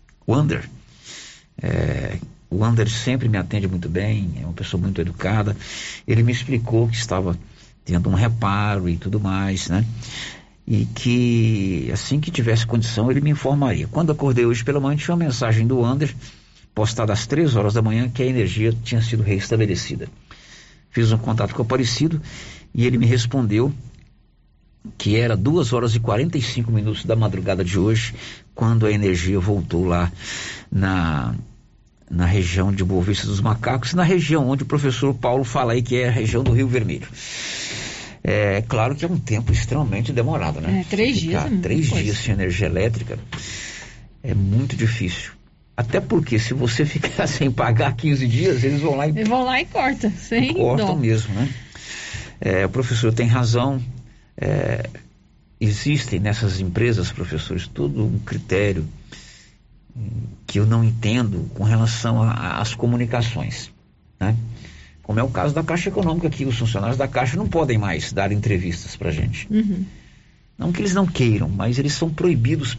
O Ander sempre me atende muito bem, é uma pessoa muito educada. Ele me explicou que estava tendo um reparo e tudo mais, né? E que assim que tivesse condição ele me informaria. Quando acordei hoje pela manhã, tinha uma mensagem do Ander postada às 3 horas da manhã que a energia tinha sido restabelecida. Fiz um contato com o Aparecido e ele me respondeu que era 2 horas e 45 minutos da madrugada de hoje, quando a energia voltou lá na região de Boa Vista dos Macacos, na região onde o professor Paulo fala aí que é a região do Rio Vermelho. É claro que é um tempo extremamente demorado, né?
3 dias.
3 dias sem energia elétrica é muito difícil. Até porque se você ficar sem pagar 15 dias, eles vão lá e
cortam.
Cortam mesmo, né? O professor tem razão. Existem nessas empresas, professores, todo um critério que eu não entendo com relação às comunicações, né? Como é o caso da Caixa Econômica, que os funcionários da Caixa não podem mais dar entrevistas pra gente. Não que eles não queiram, mas eles são proibidos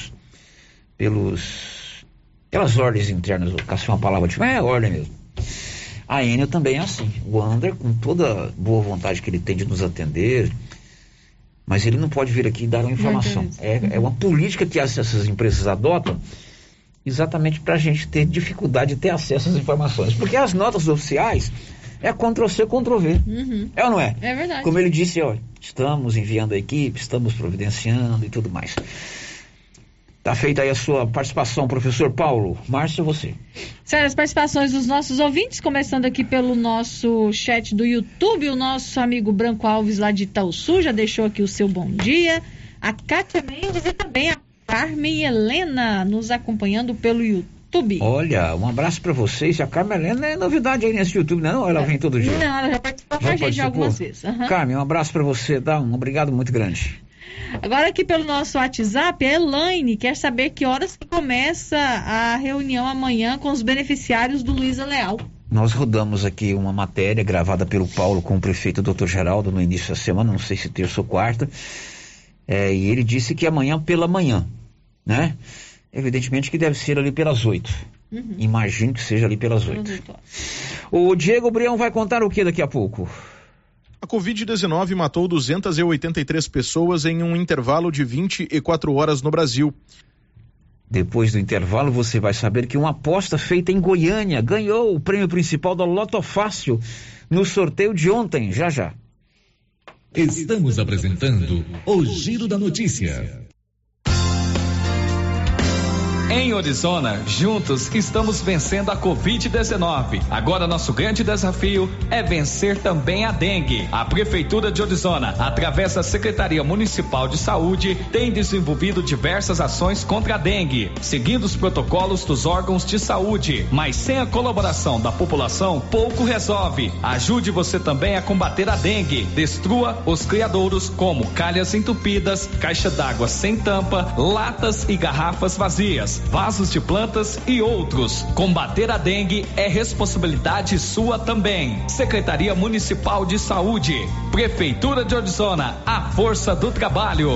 pelas ordens internas. Vou caçar uma palavra é ordem mesmo. A Enel também é assim. O Ander, com toda boa vontade que ele tem de nos atender, mas ele não pode vir aqui e dar uma informação. É uma política que essas empresas adotam exatamente para a gente ter dificuldade de ter acesso às informações. Porque as notas oficiais é Ctrl-C, Ctrl-V. É ou não é?
É verdade.
Como ele disse, estamos enviando a equipe, estamos providenciando e tudo mais. Tá feita aí a sua participação, professor Paulo. Márcia, você.
Sério, as participações dos nossos ouvintes, começando aqui pelo nosso chat do YouTube, o nosso amigo Branco Alves lá de Itaúsu já deixou aqui o seu bom dia. A Kátia Mendes e também a Carmen Helena nos acompanhando pelo YouTube.
Olha, um abraço para vocês. A Carmen Helena é novidade aí nesse YouTube, não? Ela vem todo dia?
Não, ela já participou com a gente algumas vezes.
Carmen, um abraço para você. Dá um obrigado muito grande.
Agora aqui pelo nosso WhatsApp, a Elaine quer saber que horas que começa a reunião amanhã com os beneficiários do Luiza Leal.
Nós rodamos aqui uma matéria gravada pelo Paulo com o prefeito Dr. Geraldo no início da semana, não sei se terça ou quarta, e ele disse que amanhã pela manhã, né? Evidentemente que deve ser ali pelas 8. Imagino que seja ali pelas 8. O Diego Brião vai contar o que daqui a pouco?
A Covid-19 matou 283 pessoas em um intervalo de 24 horas no Brasil.
Depois do intervalo, você vai saber que uma aposta feita em Goiânia ganhou o prêmio principal da Loto Fácil no sorteio de ontem, já.
Estamos apresentando o Giro da Notícia.
Em Orizona, juntos estamos vencendo a Covid-19. Agora nosso grande desafio é vencer também a dengue. A Prefeitura de Orizona, através da Secretaria Municipal de Saúde, tem desenvolvido diversas ações contra a dengue, seguindo os protocolos dos órgãos de saúde. Mas sem a colaboração da população, pouco resolve. Ajude você também a combater a dengue. Destrua os criadouros como calhas entupidas, caixa d'água sem tampa, latas e garrafas vazias, vasos de plantas e outros. Combater a dengue é responsabilidade sua também. Secretaria Municipal de Saúde, Prefeitura de Orizona, a força do trabalho.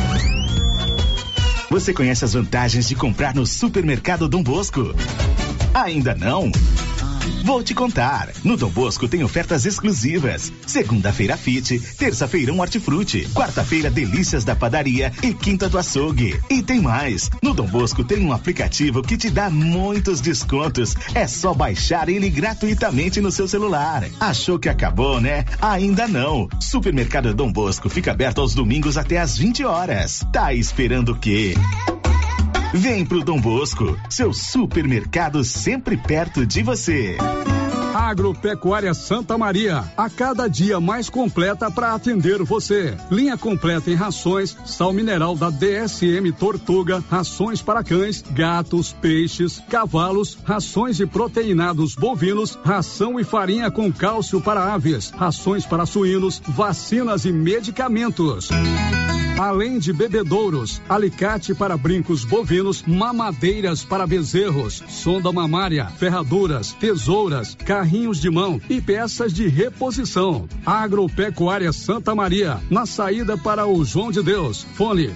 Você conhece as vantagens de comprar no Supermercado Dom Bosco? Ainda não? Vou te contar. No Dom Bosco tem ofertas exclusivas. Segunda-feira Fit, terça-feirão Hortifruti, quarta-feira Delícias da Padaria e quinta do Açougue. E tem mais. No Dom Bosco tem um aplicativo que te dá muitos descontos. É só baixar ele gratuitamente no seu celular. Achou que acabou, né? Ainda não. Supermercado Dom Bosco fica aberto aos domingos até às 20 horas. Tá esperando o quê? Vem pro Dom Bosco, seu supermercado sempre perto de você.
Agropecuária Santa Maria, a cada dia mais completa para atender você. Linha completa em rações, sal mineral da DSM Tortuga, rações para cães, gatos, peixes, cavalos, rações de proteinados bovinos, ração e farinha com cálcio para aves, rações para suínos, vacinas e medicamentos. Além de bebedouros, alicate para brincos bovinos, mamadeiras para bezerros, sonda mamária, ferraduras, tesouras, carrinhos de mão e peças de reposição. Agropecuária Santa Maria, na saída para o João de Deus. Fone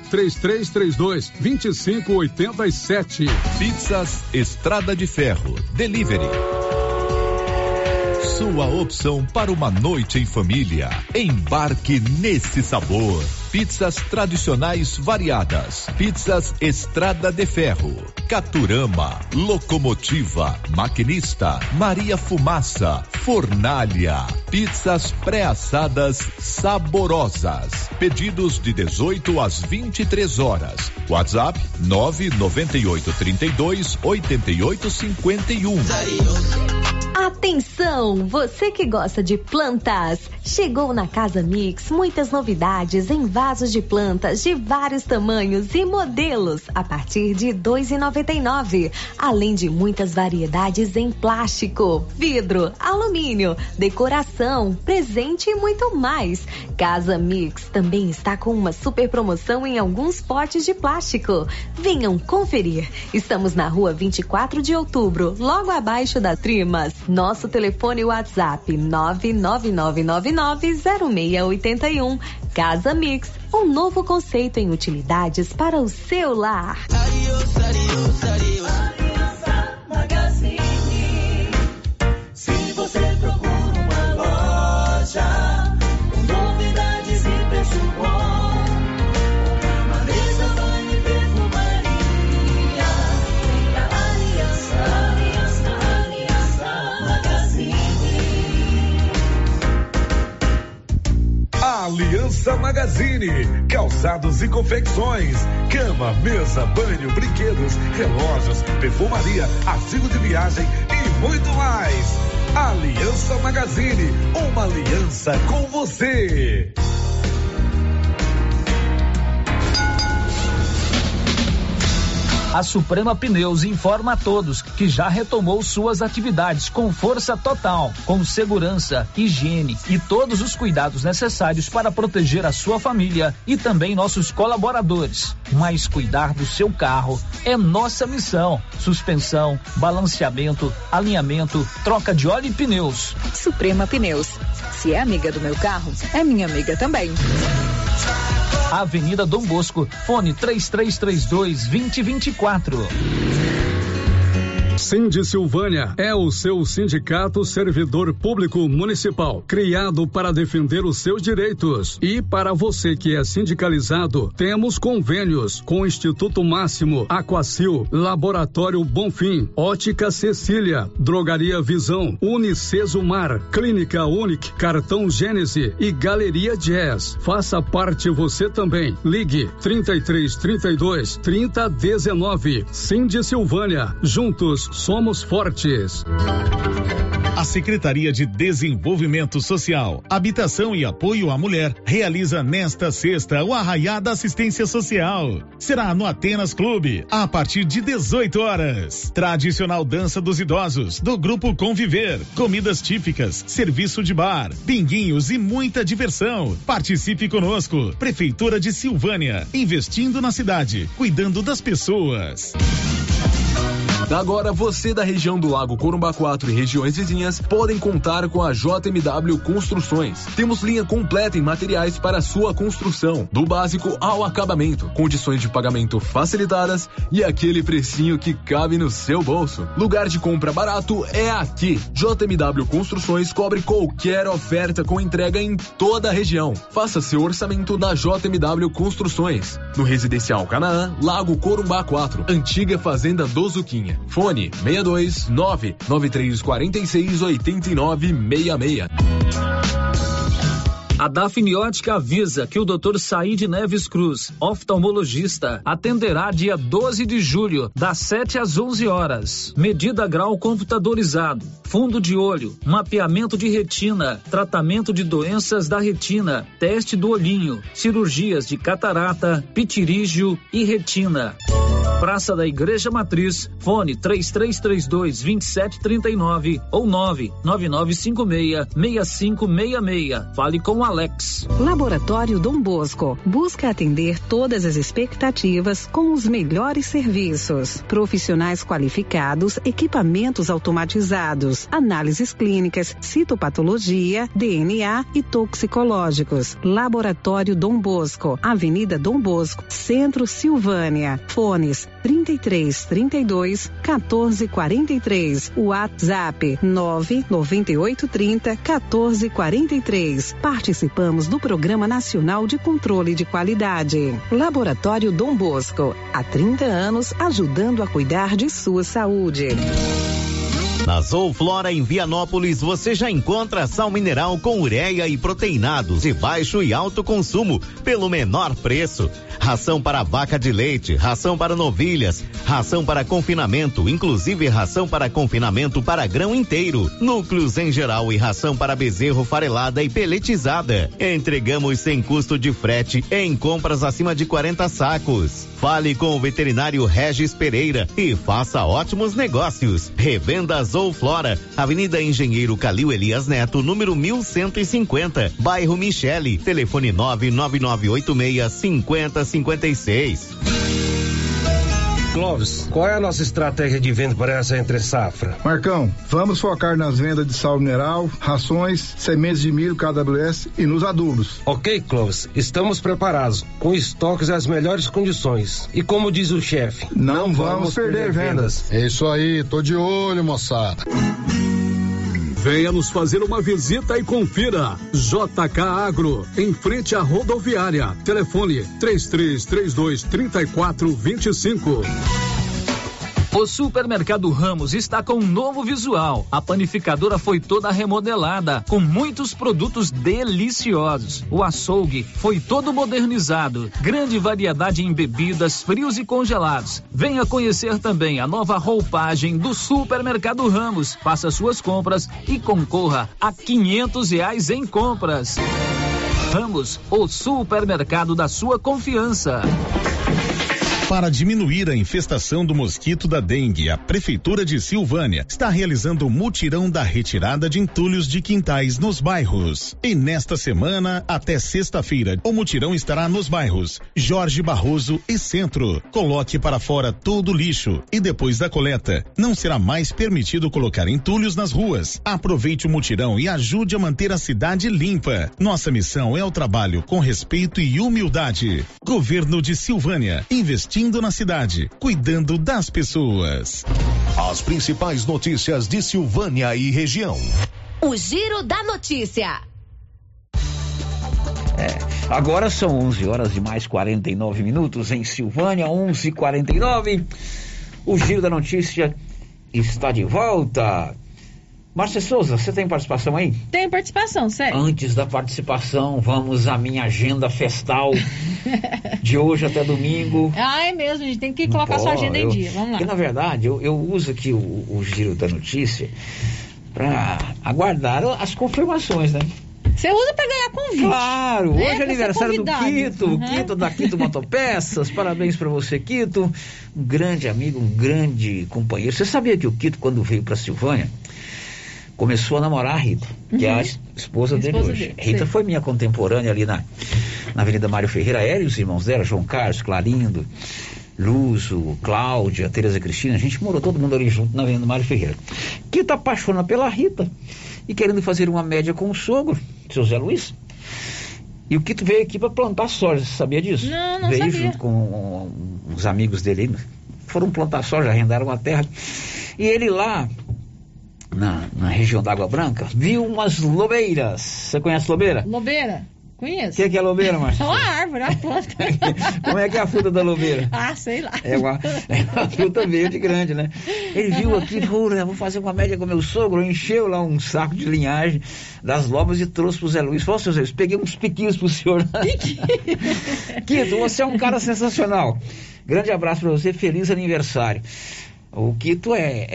3332-2587.
Pizzas Estrada de Ferro. Delivery. Sua opção para uma noite em família. Embarque nesse sabor. Pizzas tradicionais variadas. Pizzas Estrada de Ferro. Caturama, Locomotiva, Maquinista, Maria Fumaça, Fornalha. Pizzas pré-assadas saborosas. Pedidos de 18 às 23 horas. WhatsApp 99832-8851.
Atenção, você que gosta de plantas, chegou na Casa Mix muitas novidades em vasos de plantas de vários tamanhos e modelos a partir de R$ 2,99, além de muitas variedades em plástico, vidro, alumínio, decoração, presente e muito mais. Casa Mix também está com uma super promoção em alguns potes de plástico. Venham conferir. Estamos na Rua 24 de Outubro, logo abaixo da Trimas. Nosso telefone WhatsApp 999990681. Casa Mix, um novo conceito em utilidades para o seu lar.
Se você procura uma loja com novidades e preço bom, uma mesa, banho e perfumaria, vem da Aliança Magazine.
Aliança Magazine, calçados e confecções, cama, mesa, banho, brinquedos, relógios, perfumaria, artigo de viagem e muito mais. Aliança Magazine, uma aliança com você.
A Suprema Pneus informa a todos que já retomou suas atividades com força total, com segurança, higiene e todos os cuidados necessários para proteger a sua família e também nossos colaboradores. Mas cuidar do seu carro é nossa missão. Suspensão, balanceamento, alinhamento, troca de óleo e pneus.
Suprema Pneus. Se é amiga do meu carro, é minha amiga também.
Avenida Dom Bosco, fone 3332-2024.
Sindi Silvânia é o seu sindicato servidor público municipal, criado para defender os seus direitos. E para você que é sindicalizado, temos convênios com o Instituto Máximo, Aquacil, Laboratório Bonfim, Ótica Cecília, Drogaria Visão, Unicesumar, Clínica Unic, Cartão Gênese e Galeria Jazz. Faça parte você também. Ligue 3332 3019. Sindi Silvânia. Juntos somos fortes.
A Secretaria de Desenvolvimento Social, Habitação e Apoio à Mulher realiza nesta sexta o Arraiá da Assistência Social. Será no Atenas Clube, a partir de 18 horas. Tradicional dança dos idosos, do Grupo Conviver, comidas típicas, serviço de bar, pinguinhos e muita diversão. Participe conosco. Prefeitura de Silvânia, investindo na cidade, cuidando das pessoas.
Agora você da região do Lago Corumbá 4 e regiões vizinhas podem contar com a JMW Construções. Temos linha completa em materiais para sua construção, do básico ao acabamento, condições de pagamento facilitadas e aquele precinho que cabe no seu bolso. Lugar de compra barato é aqui. JMW Construções cobre qualquer oferta com entrega em toda a região. Faça seu orçamento na JMW Construções. No Residencial Canaã, Lago Corumbá 4, antiga Fazenda do Zuquinha. Fone 62993468966.
A Dafniótica avisa que o Dr. Saíde Neves Cruz, oftalmologista, atenderá dia 12 de julho, das 7 às 11 horas. Medida grau computadorizado, fundo de olho, mapeamento de retina, tratamento de doenças da retina, teste do olhinho, cirurgias de catarata, pitirígio e retina. Praça da Igreja Matriz, fone 3332-2739 ou 99956-6566. Fale com o Alex.
Laboratório Dom Bosco busca atender todas as expectativas com os melhores serviços. Profissionais qualificados, equipamentos automatizados, análises clínicas, citopatologia, DNA e toxicológicos. Laboratório Dom Bosco, Avenida Dom Bosco, Centro Silvânia. Fones 3332 1443. WhatsApp 99830 1443. Participamos do Programa Nacional de Controle de Qualidade. Laboratório Dom Bosco, há 30 anos ajudando a cuidar de sua saúde.
Na Zooflora em Vianópolis você já encontra sal mineral com ureia e proteinados de baixo e alto consumo pelo menor preço. Ração para vaca de leite, ração para novilhas, ração para confinamento, inclusive ração para confinamento para grão inteiro, núcleos em geral e ração para bezerro farelada e peletizada. Entregamos sem custo de frete em compras acima de 40 sacos. Fale com o veterinário Regis Pereira e faça ótimos negócios. Revenda Zooflora, Avenida Engenheiro Calil Elias Neto, número 1150, bairro Michele, telefone 99986-5056.
Clóvis, qual é a nossa estratégia de venda para essa entre-safra?
Marcão, vamos focar nas vendas de sal mineral, rações, sementes de milho KWS e nos adubos.
Ok, Clóvis, estamos preparados, com estoques às melhores condições. E como diz o chefe,
não vamos perder vendas.
É isso aí, tô de olho, moçada.
Venha nos fazer uma visita e confira. JK Agro, em frente à rodoviária. Telefone 3332-3425.
O Supermercado Ramos está com um novo visual. A panificadora foi toda remodelada, com muitos produtos deliciosos. O açougue foi todo modernizado. Grande variedade em bebidas, frios e congelados. Venha conhecer também a nova roupagem do Supermercado Ramos. Faça suas compras e concorra a R$500 em compras. Ramos, o supermercado da sua confiança.
Para diminuir a infestação do mosquito da dengue, a Prefeitura de Silvânia está realizando o mutirão da retirada de entulhos de quintais nos bairros. E nesta semana, até sexta-feira, o mutirão estará nos bairros Jorge Barroso e Centro. Coloque para fora todo o lixo e depois da coleta, não será mais permitido colocar entulhos nas ruas. Aproveite o mutirão e ajude a manter a cidade limpa. Nossa missão é o trabalho com respeito e humildade. Governo de Silvânia, investindo na cidade, cuidando das pessoas.
As principais notícias de Silvânia e região.
O Giro da Notícia.
Agora são 11 horas e mais 49 minutos em Silvânia, 11h49. O Giro da Notícia está de volta. Márcia Souza, você tem participação aí?
Tem participação, sério.
Antes da participação, vamos à minha agenda festal de hoje até domingo.
É mesmo, a gente tem que colocar sua agenda em dia. Vamos lá.
Porque, na verdade, eu uso aqui o Giro da Notícia para aguardar as confirmações, né?
Você usa para ganhar convite.
Claro, hoje é aniversário do Quito, Quito da Quito Motopeças, parabéns para você, Quito, um grande amigo, um grande companheiro. Você sabia que o Quito, quando veio para Silvânia, começou a namorar a Rita, que é a esposa dele hoje. Rita foi minha contemporânea ali na Avenida Mário Ferreira, ela e os irmãos dela, João Carlos, Clarindo, Luzo, Cláudia, Tereza Cristina, a gente morou todo mundo ali junto na Avenida Mário Ferreira. Quito apaixona pela Rita e querendo fazer uma média com o sogro, seu Zé Luiz. E o Quito veio aqui para plantar soja, você sabia disso?
Não
veio
sabia.
Junto com uns amigos dele, foram plantar soja, arrendaram a terra. E ele lá, na região da Água Branca, viu umas lobeiras. Você conhece lobeira?
Lobeira? Conheço.
O que é lobeira, Márcia?
É uma árvore, uma planta.
Como é que é a fruta da lobeira?
Sei lá.
É uma fruta verde grande, né? Ele viu aqui e falou, vou fazer uma média com meu sogro, encheu lá um saco de linhagem das lobas e trouxe pro Zé Luiz. Falou, seu Zé Luiz, peguei uns piquinhos pro senhor. Quito, você é um cara sensacional. Grande abraço pra você, feliz aniversário. O Quito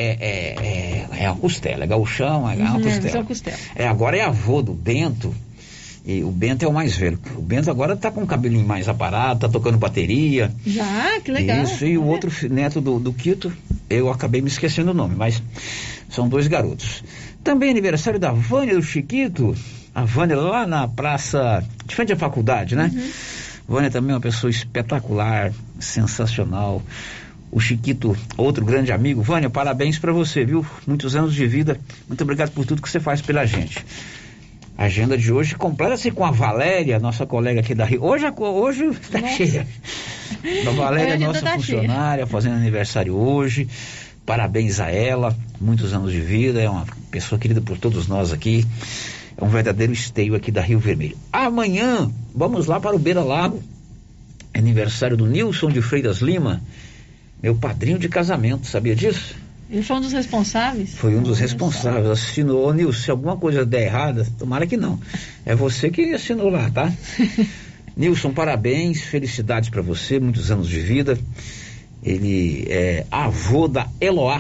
é a costela, é gauchão, é uma costela. Agora é avô do Bento. E o Bento é o mais velho. O Bento agora tá com o cabelinho mais aparado, tá tocando bateria.
Já, que legal.
Isso, e o outro neto do Quito, eu acabei me esquecendo o nome, mas são 2 garotos. Também aniversário da Vânia do Chiquito. A Vânia lá na praça, de frente à faculdade, né? Vânia também é uma pessoa espetacular, sensacional. O Chiquito, outro grande amigo. Vânia, parabéns pra você, viu? Muitos anos de vida. Muito obrigado por tudo que você faz pela gente. A agenda de hoje completa-se com a Valéria, nossa colega aqui da Rio. Hoje está cheia. A Valéria, nossa funcionária, fazendo aniversário hoje. Parabéns a ela, muitos anos de vida, é uma pessoa querida por todos nós aqui. É um verdadeiro esteio aqui da Rio Vermelho. Amanhã, vamos lá para o Beira Lago. Aniversário do Nilson de Freitas Lima, meu padrinho de casamento, sabia disso?
Ele foi um dos responsáveis?
Foi um dos responsáveis, assinou. Ô Nilson, se alguma coisa der errada, tomara que não. É você que assinou lá, tá? Nilson, parabéns, felicidades para você, muitos anos de vida. Ele é avô da Eloá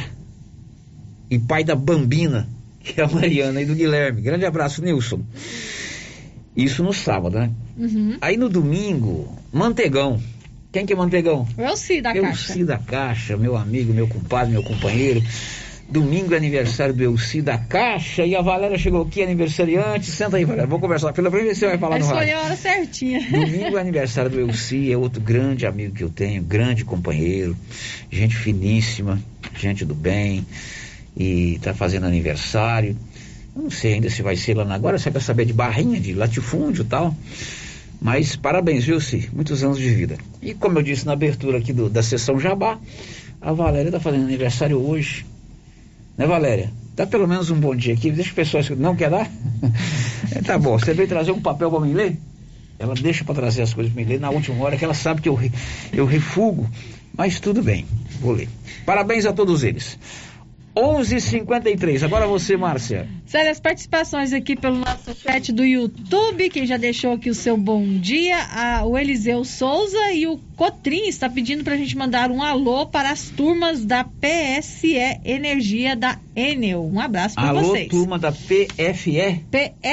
e pai da Bambina, que é a Mariana e do Guilherme. Grande abraço, Nilson. Isso no sábado, né? Aí no domingo, Mantegão. Quem que é Mantegão?
O Elci da Caixa.
Elci da Caixa, meu amigo, meu compadre, meu companheiro. Domingo é aniversário do Elci da Caixa e a Valéria chegou aqui, aniversariante. Senta aí, Valéria, vou conversar. Pela primeira vez você vai falar no rádio.
Escolheu a hora certinha.
Domingo é aniversário do Elci, é outro grande amigo que eu tenho, grande companheiro, gente finíssima, gente do bem, e tá fazendo aniversário. Eu não sei ainda se vai ser lá agora, você quer saber de barrinha, de latifúndio e tal. Mas parabéns, viu, Ci? Muitos anos de vida. E como eu disse na abertura aqui da sessão Jabá, a Valéria tá fazendo aniversário hoje. Né, Valéria? Dá pelo menos um bom dia aqui. Deixa o pessoal... Não quer dar? Tá bom. Você veio trazer um papel para mim ler? Ela deixa para trazer as coisas para mim ler na última hora, que ela sabe que eu refugo. Mas tudo bem. Vou ler. Parabéns a todos eles. 11h53, agora você, Márcia.
Sério, as participações aqui pelo nosso chat do YouTube, quem já deixou aqui o seu bom dia, o Eliseu Souza e o Cotrim está pedindo pra gente mandar um alô para as turmas da PSE Energia da Enel. Um abraço para vocês.
Alô, turma da PFE?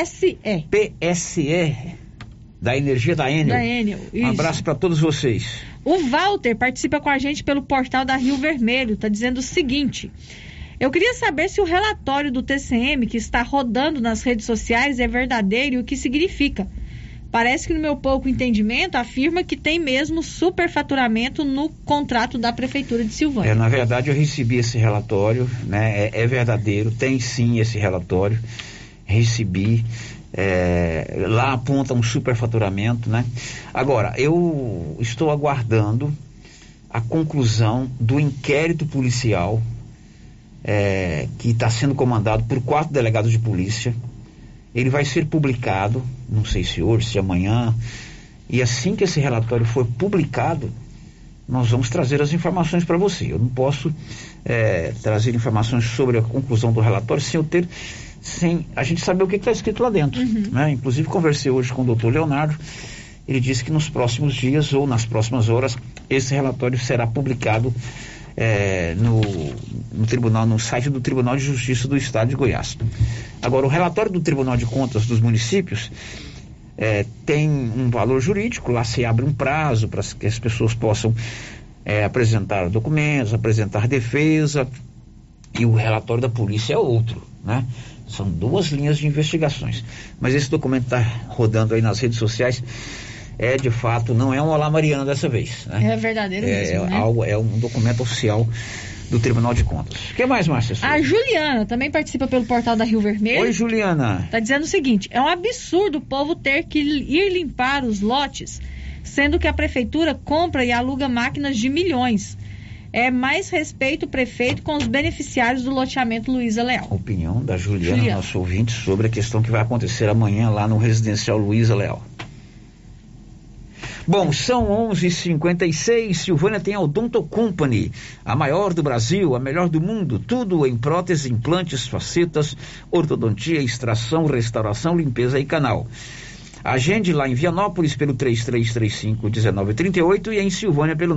PSE, da Energia da Enel.
Da Enel, isso.
Um abraço para todos vocês.
O Walter participa com a gente pelo portal da Rio Vermelho, está dizendo o seguinte... Eu queria saber se o relatório do TCM que está rodando nas redes sociais é verdadeiro e o que significa. Parece que no meu pouco entendimento afirma que tem mesmo superfaturamento no contrato da Prefeitura de Silvânia.
Na verdade eu recebi esse relatório, né? É verdadeiro, tem sim esse relatório, recebi, lá aponta um superfaturamento, né? Agora, eu estou aguardando a conclusão do inquérito policial que está sendo comandado por 4 delegados de polícia. Ele vai ser publicado, não sei se hoje, se amanhã, e assim que esse relatório for publicado, nós vamos trazer as informações para você. Eu não posso trazer informações sobre a conclusão do relatório sem a gente saber o que está escrito lá dentro, né? Inclusive conversei hoje com o doutor Leonardo. Ele disse que nos próximos dias ou nas próximas horas esse relatório será publicado no tribunal, no site do Tribunal de Justiça do Estado de Goiás. Agora, o relatório do Tribunal de Contas dos municípios tem um valor jurídico. Lá se abre um prazo para que as pessoas possam apresentar documentos, apresentar defesa, e o relatório da polícia é outro, né? São 2 linhas de investigações, mas esse documento está rodando aí nas redes sociais. De fato, não é um Olá Mariana dessa vez, né?
É verdadeiro mesmo, né?
É um documento oficial do Tribunal de Contas. O que mais, Márcia?
A Juliana também participa pelo portal da Rio Vermelho.
Oi, Juliana.
Tá dizendo o seguinte: é um absurdo o povo ter que ir limpar os lotes, sendo que a prefeitura compra e aluga máquinas de milhões. É mais respeito o prefeito com os beneficiários do loteamento Luísa Leal.
A opinião da Juliana, nosso ouvinte, sobre a questão que vai acontecer amanhã lá no residencial Luísa Leal. Bom, são 11h56. Silvânia tem a Odonto Company, a maior do Brasil, a melhor do mundo, tudo em próteses, implantes, facetas, ortodontia, extração, restauração, limpeza e canal. Agende lá em Vianópolis pelo 3335-1938 e em Silvânia pelo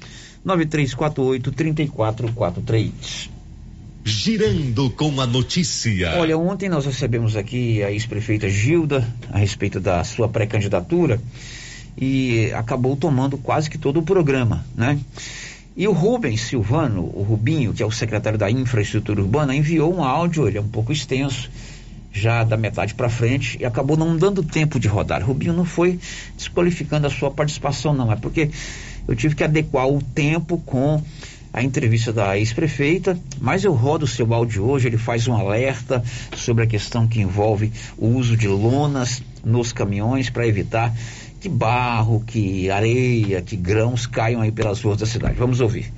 99348-3443.
Girando com a notícia.
Olha, ontem nós recebemos aqui a ex-prefeita Gilda a respeito da sua pré-candidatura e acabou tomando quase que todo o programa, né? E o Rubens Silvano, o Rubinho, que é o secretário da Infraestrutura Urbana, enviou um áudio, ele é um pouco extenso, já da metade para frente, e acabou não dando tempo de rodar. Rubinho não foi desqualificando a sua participação, não, é porque eu tive que adequar o tempo com a entrevista da ex-prefeita, mas eu rodo o seu áudio hoje. Ele faz um alerta sobre a questão que envolve o uso de lonas nos caminhões para evitar que barro, que areia, que grãos caiam aí pelas ruas da cidade. Vamos ouvir.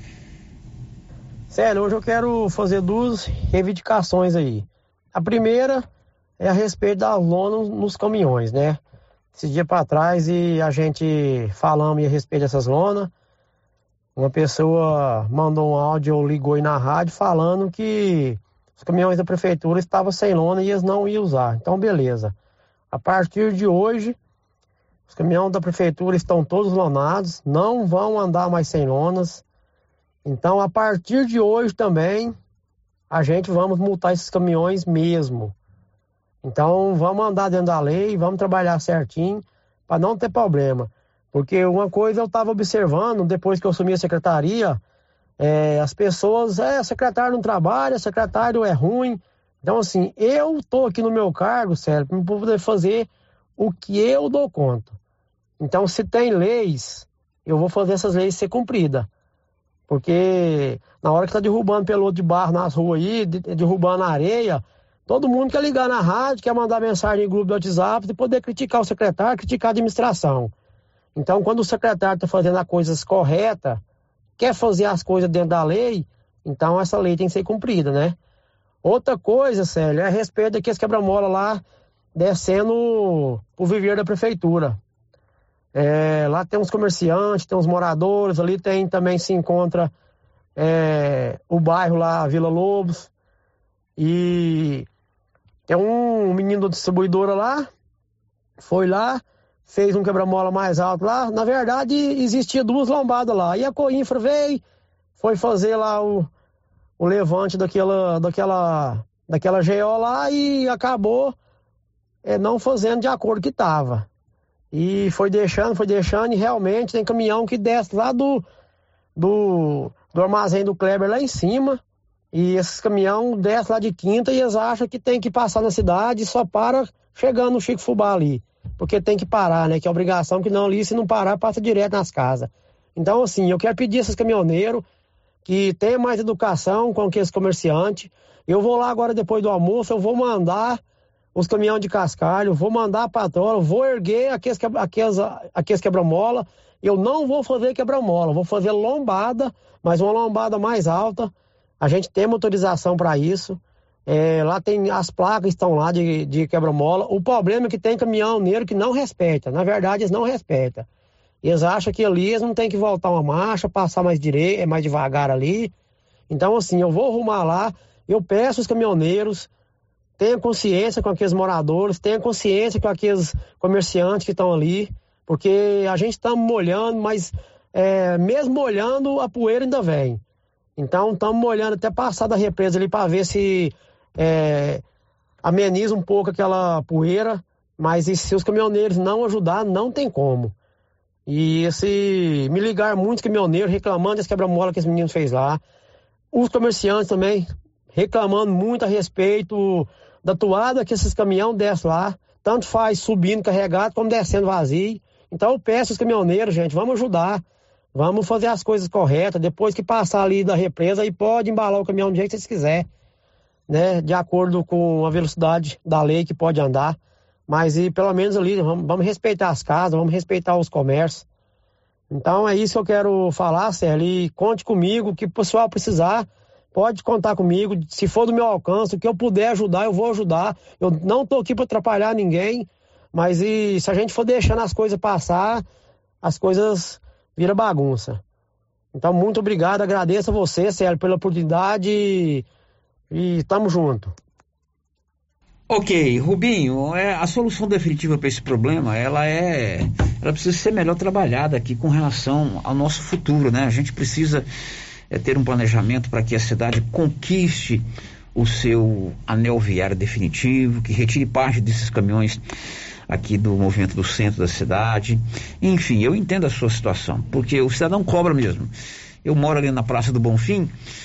Célio, hoje eu quero fazer 2 reivindicações aí. A primeira é a respeito das lonas nos caminhões, né? Esse dia para trás e a gente falamos a respeito dessas lonas. Uma pessoa mandou um áudio ou ligou aí na rádio falando que os caminhões da prefeitura estavam sem lona e eles não iam usar. Então, beleza. A partir de hoje, os caminhões da prefeitura estão todos lonados, não vão andar mais sem lonas. Então, a partir de hoje também, a gente vamos multar esses caminhões mesmo. Então, vamos andar dentro da lei, vamos trabalhar certinho para não ter problema. Porque uma coisa eu estava observando, depois que eu assumi a secretaria, as pessoas, secretário não trabalha, secretário é ruim. Então, assim, eu estou aqui no meu cargo, sério, para poder fazer o que eu dou conta. Então, se tem leis, eu vou fazer essas leis ser cumpridas. Porque na hora que está derrubando peloto de barro nas ruas aí, derrubando a areia, todo mundo quer ligar na rádio, quer mandar mensagem em grupo do WhatsApp e poder criticar o secretário, criticar a administração. Então, quando o secretário está fazendo as coisas corretas, quer fazer as coisas dentro da lei, então essa lei tem que ser cumprida, né? Outra coisa, Célio, é a respeito daqueles quebra-mola lá descendo o viveiro da prefeitura. Lá tem uns comerciantes, tem uns moradores, ali também se encontra o bairro lá, Vila Lobos, e tem um menino da distribuidora lá, foi lá, fez um quebra-mola mais alto lá. Na verdade, existia 2 lombadas lá, e a Coinfra veio, foi fazer lá o levante daquela GO lá e acabou não fazendo de acordo que estava. E foi deixando, e realmente tem caminhão que desce lá do armazém do Kleber lá em cima, e esses caminhão descem lá de quinta e eles acham que tem que passar na cidade e só para chegando no Chico Fubá ali, porque tem que parar, né, que é obrigação, que não ali, se não parar, passa direto nas casas. Então, assim, eu quero pedir a esses caminhoneiros que tenham mais educação com aqueles comerciantes. Eu vou lá agora, depois do almoço, eu vou mandar os caminhões de cascalho, vou mandar a patroa, vou erguer aqueles quebra-mola. Eu não vou fazer quebra-mola, vou fazer lombada, mas uma lombada mais alta, A gente tem motorização para isso. Lá tem as placas estão lá de quebra-mola. O problema é que tem caminhoneiro que não respeita. Na verdade, eles não respeitam. Eles acham que ali eles não tem que voltar uma marcha, passar mais direito, mais devagar ali. Então, assim, eu vou arrumar lá, eu peço os caminhoneiros, tenha consciência com aqueles moradores, tenha consciência com aqueles comerciantes que estão ali, porque a gente está molhando, mas mesmo molhando, a poeira ainda vem. Então, estamos molhando até passar da represa ali para ver se ameniza um pouco aquela poeira, mas se os caminhoneiros não ajudar, não tem como. E se me ligar muitos caminhoneiros reclamando desse quebra-mola que esse menino fez lá, os comerciantes também reclamando muito a respeito da toada que esses caminhões descem lá, tanto faz subindo carregado como descendo vazio. Então eu peço aos caminhoneiros, gente, vamos ajudar, vamos fazer as coisas corretas, depois que passar ali da represa, aí pode embalar o caminhão do jeito que vocês quiserem, né, de acordo com a velocidade da lei que pode andar. Mas pelo menos ali, vamos respeitar as casas, vamos respeitar os comércios. Então é isso que eu quero falar, Sérgio, e conte comigo, que o pessoal precisar, pode contar comigo, se for do meu alcance, o que eu puder ajudar, eu vou ajudar. Eu não estou aqui para atrapalhar ninguém, mas se a gente for deixando as coisas passar, as coisas viram bagunça. Então muito obrigado, agradeço a você, Sérgio, pela oportunidade e tamo junto.
Ok, Rubinho, a solução definitiva para esse problema, ela precisa ser melhor trabalhada aqui com relação ao nosso futuro, né? A gente precisa ter um planejamento para que a cidade conquiste o seu anel viário definitivo, que retire parte desses caminhões aqui do movimento do centro da cidade. Enfim, eu entendo a sua situação, porque o cidadão cobra mesmo. Eu moro ali na Praça do Bonfim,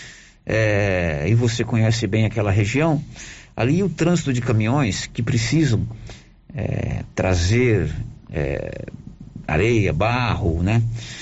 e você conhece bem aquela região. Ali o trânsito de caminhões que precisam trazer areia, barro, né,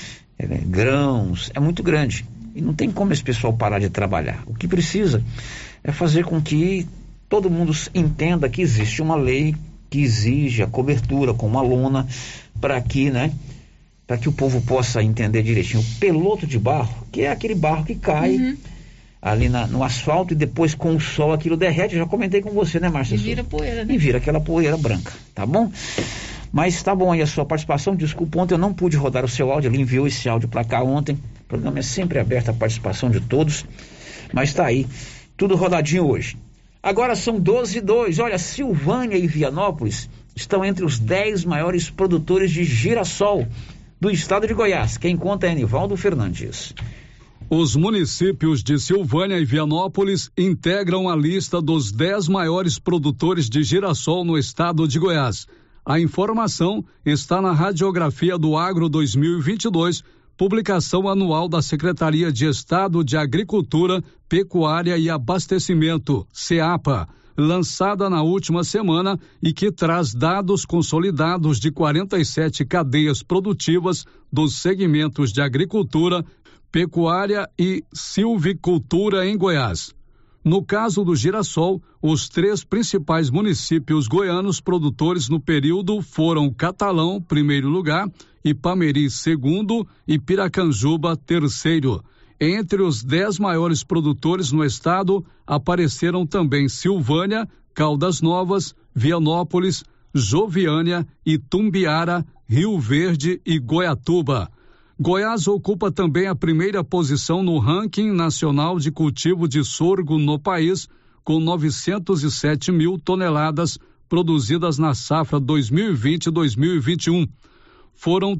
grãos, é muito grande. E não tem como esse pessoal parar de trabalhar. O que precisa é fazer com que todo mundo entenda que existe uma lei que exige a cobertura com uma lona para que o povo possa entender direitinho. O peloto de barro, que é aquele barro que cai ali no asfalto e depois com o sol aquilo derrete. Eu já comentei com você, né, Márcia?
E vira poeira, né?
E vira aquela poeira branca, tá bom? Mas tá bom aí a sua participação. Desculpa, ontem eu não pude rodar o seu áudio. Ele enviou esse áudio para cá ontem. O programa é sempre aberto à participação de todos. Mas tá aí, tudo rodadinho hoje. Agora são 12h02. Olha, Silvânia e Vianópolis estão entre os 10 maiores produtores de girassol do estado de Goiás. Quem conta é Anivaldo Fernandes.
Os municípios de Silvânia e Vianópolis integram a lista dos 10 maiores produtores de girassol no estado de Goiás. A informação está na Radiografia do Agro 2022, publicação anual da Secretaria de Estado de Agricultura, Pecuária e Abastecimento, SEAPA, lançada na última semana e que traz dados consolidados de 47 cadeias produtivas dos segmentos de agricultura, pecuária e silvicultura em Goiás. No caso do girassol, os 3 principais municípios goianos produtores no período foram Catalão, primeiro lugar, Ipameri, segundo, e Piracanjuba, terceiro. Entre os 10 maiores produtores no estado, apareceram também Silvânia, Caldas Novas, Vianópolis, Joviânia, Itumbiara, Rio Verde e Goiatuba. Goiás ocupa também a primeira posição no ranking nacional de cultivo de sorgo no país, com 907 mil toneladas produzidas na safra 2020-2021. Foram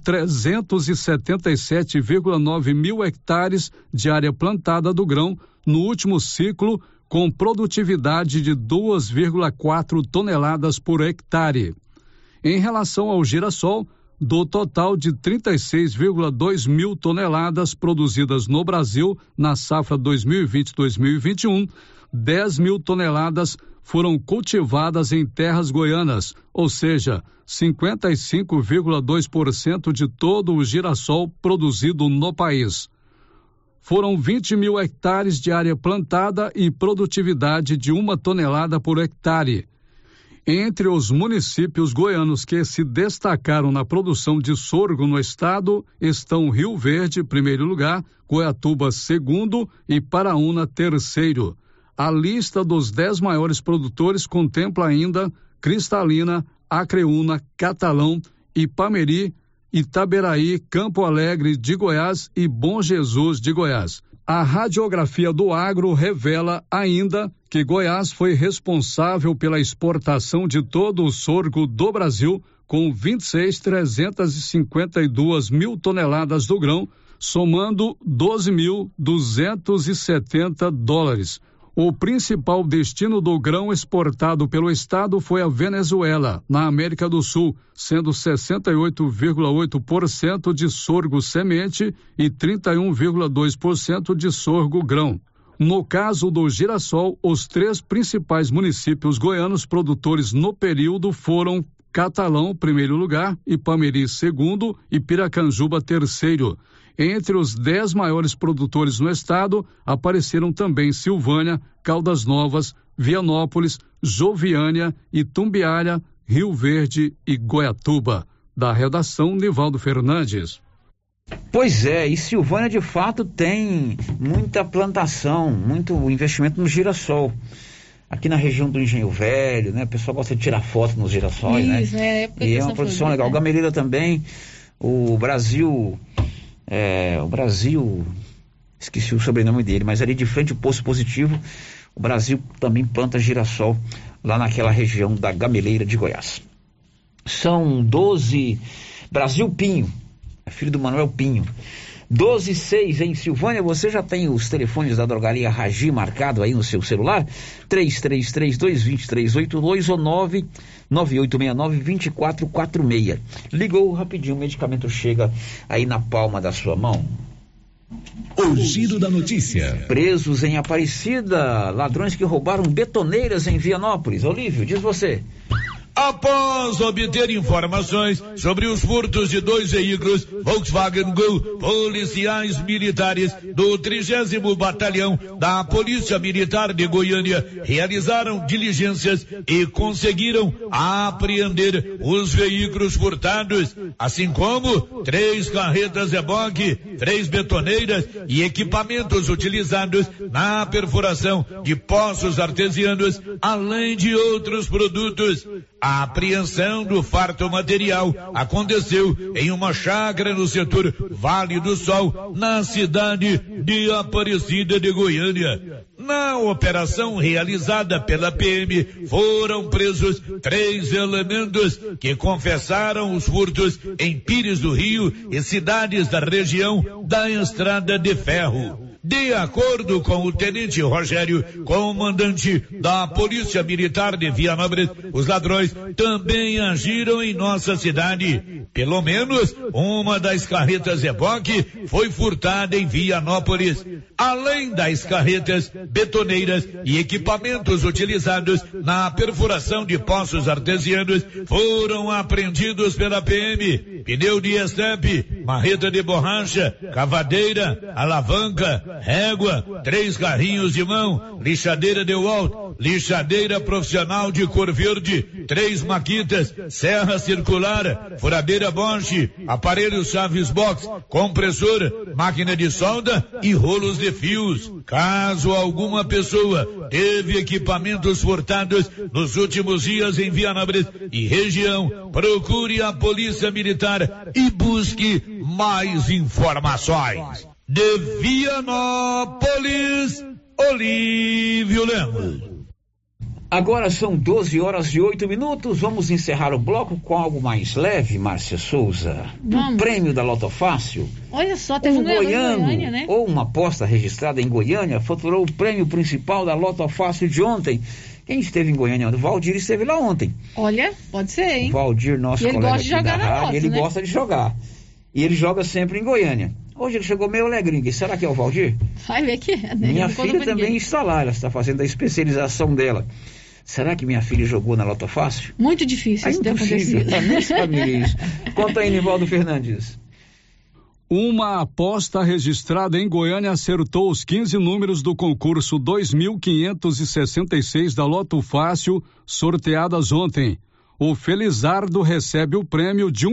377,9 mil hectares de área plantada do grão no último ciclo, com produtividade de 2,4 toneladas por hectare. Em relação ao girassol, do total de 36,2 mil toneladas produzidas no Brasil na safra 2020-2021, 10 mil toneladas foram cultivadas em terras goianas, ou seja, 55,2% de todo o girassol produzido no país. Foram 20 mil hectares de área plantada e produtividade de 1 tonelada por hectare. Entre os municípios goianos que se destacaram na produção de sorgo no estado estão Rio Verde, primeiro lugar, Goiatuba, segundo e Paraúna, terceiro. A lista dos 10 maiores produtores contempla ainda Cristalina, Acreúna, Catalão, Ipameri, Itaberaí, Campo Alegre de Goiás e Bom Jesus de Goiás. A radiografia do agro revela ainda que Goiás foi responsável pela exportação de todo o sorgo do Brasil, com 26.352 mil toneladas do grão, somando 12.270 dólares. O principal destino do grão exportado pelo estado foi a Venezuela, na América do Sul, sendo 68,8% de sorgo semente e 31,2% de sorgo grão. No caso do girassol, os 3 principais municípios goianos produtores no período foram Catalão, primeiro lugar, Ipameri, segundo e Piracanjuba, terceiro. Entre os 10 maiores produtores no estado, apareceram também Silvânia, Caldas Novas, Vianópolis, Joviânia, Itumbiara, Rio Verde e Goiatuba. Da redação, Nivaldo Fernandes.
Pois é, e Silvânia de fato tem muita plantação, muito investimento no girassol. Aqui na região do Engenho Velho, né? O pessoal gosta de tirar foto nos girassóis, né? E é uma produção legal. Gameleira também, o Brasil, esqueci o sobrenome dele, mas ali de frente ao Poço Positivo, o Brasil também planta girassol lá naquela região da Gameleira de Goiás. São 12, Brasil Pinho, é filho do Manuel Pinho. 12:06 em Silvânia. Você já tem os telefones da drogaria Ragi marcado aí no seu celular? 3332-2382 ou 99869-2446. Ligou rapidinho, o medicamento chega aí na palma da sua mão.
O giro da notícia.
Presos em Aparecida, ladrões que roubaram betoneiras em Vianópolis. Olívio, diz você.
Após obter informações sobre os furtos de 2 veículos Volkswagen Gol, policiais militares do 30º Batalhão da Polícia Militar de Goiânia realizaram diligências e conseguiram apreender os veículos furtados, assim como 3 carretas reboque, 3 betoneiras e equipamentos utilizados na perfuração de poços artesianos, além de outros produtos. A apreensão do farto material aconteceu em uma chácara no setor Vale do Sol, na cidade de Aparecida de Goiânia. Na operação realizada pela PM, foram presos 3 elementos que confessaram os furtos em Pires do Rio e cidades da região da Estrada de Ferro. De acordo com o tenente Rogério, comandante da Polícia Militar de Vianópolis, os ladrões também agiram em nossa cidade. Pelo menos uma das carretas reboque foi furtada em Vianópolis. Além das carretas, betoneiras e equipamentos utilizados na perfuração de poços artesianos foram apreendidos pela PM. Pneu de estepe, marreta de borracha, cavadeira, alavanca, régua, 3 carrinhos de mão, lixadeira DeWalt, lixadeira profissional de cor verde, 3 maquitas, serra circular, furadeira Bosch, aparelho chaves box, compressor, máquina de solda e rolos de fios. Caso alguma pessoa teve equipamentos furtados nos últimos dias em Vianópolis e região, procure a Polícia Militar e busque mais informações. De Vianópolis, Olívio Lemos.
Agora são 12h08. Vamos encerrar o bloco com algo mais leve, Márcia Souza. Do prêmio da Loto Fácil.
Olha só, teve um goiano, Goiânia, né?
Ou uma aposta registrada em Goiânia faturou o prêmio principal da Loto Fácil de ontem. Quem esteve em Goiânia? O Valdir esteve lá ontem.
Olha, pode ser, hein?
O Valdir, nosso colega aqui da rádio, ele gosta de jogar. E ele joga sempre em Goiânia. Hoje ele chegou meio alegrinho. Será que é o Valdir?
Vai ver que é, né?
Minha filha também está lá, ela está fazendo a especialização dela. Será que minha filha jogou na Loto Fácil?
Muito difícil isso ter acontecido.
Eu nem sabia isso. Conta aí, Nivaldo Fernandes.
Uma aposta registrada em Goiânia acertou os 15 números do concurso 2.566 da Loto Fácil, sorteadas ontem. O Felizardo recebe o prêmio de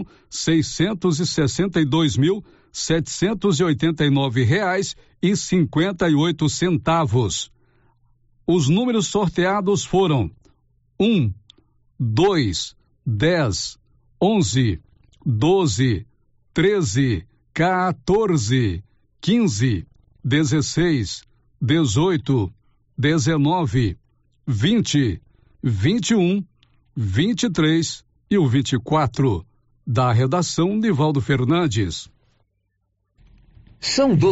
R$1.662.789,58. Os números sorteados foram 1, 2, 10, 11, 12, 13, 14, 15, 16, 18, 19, 20, 21, 23 e o 24. Da redação, Nivaldo Fernandes.
São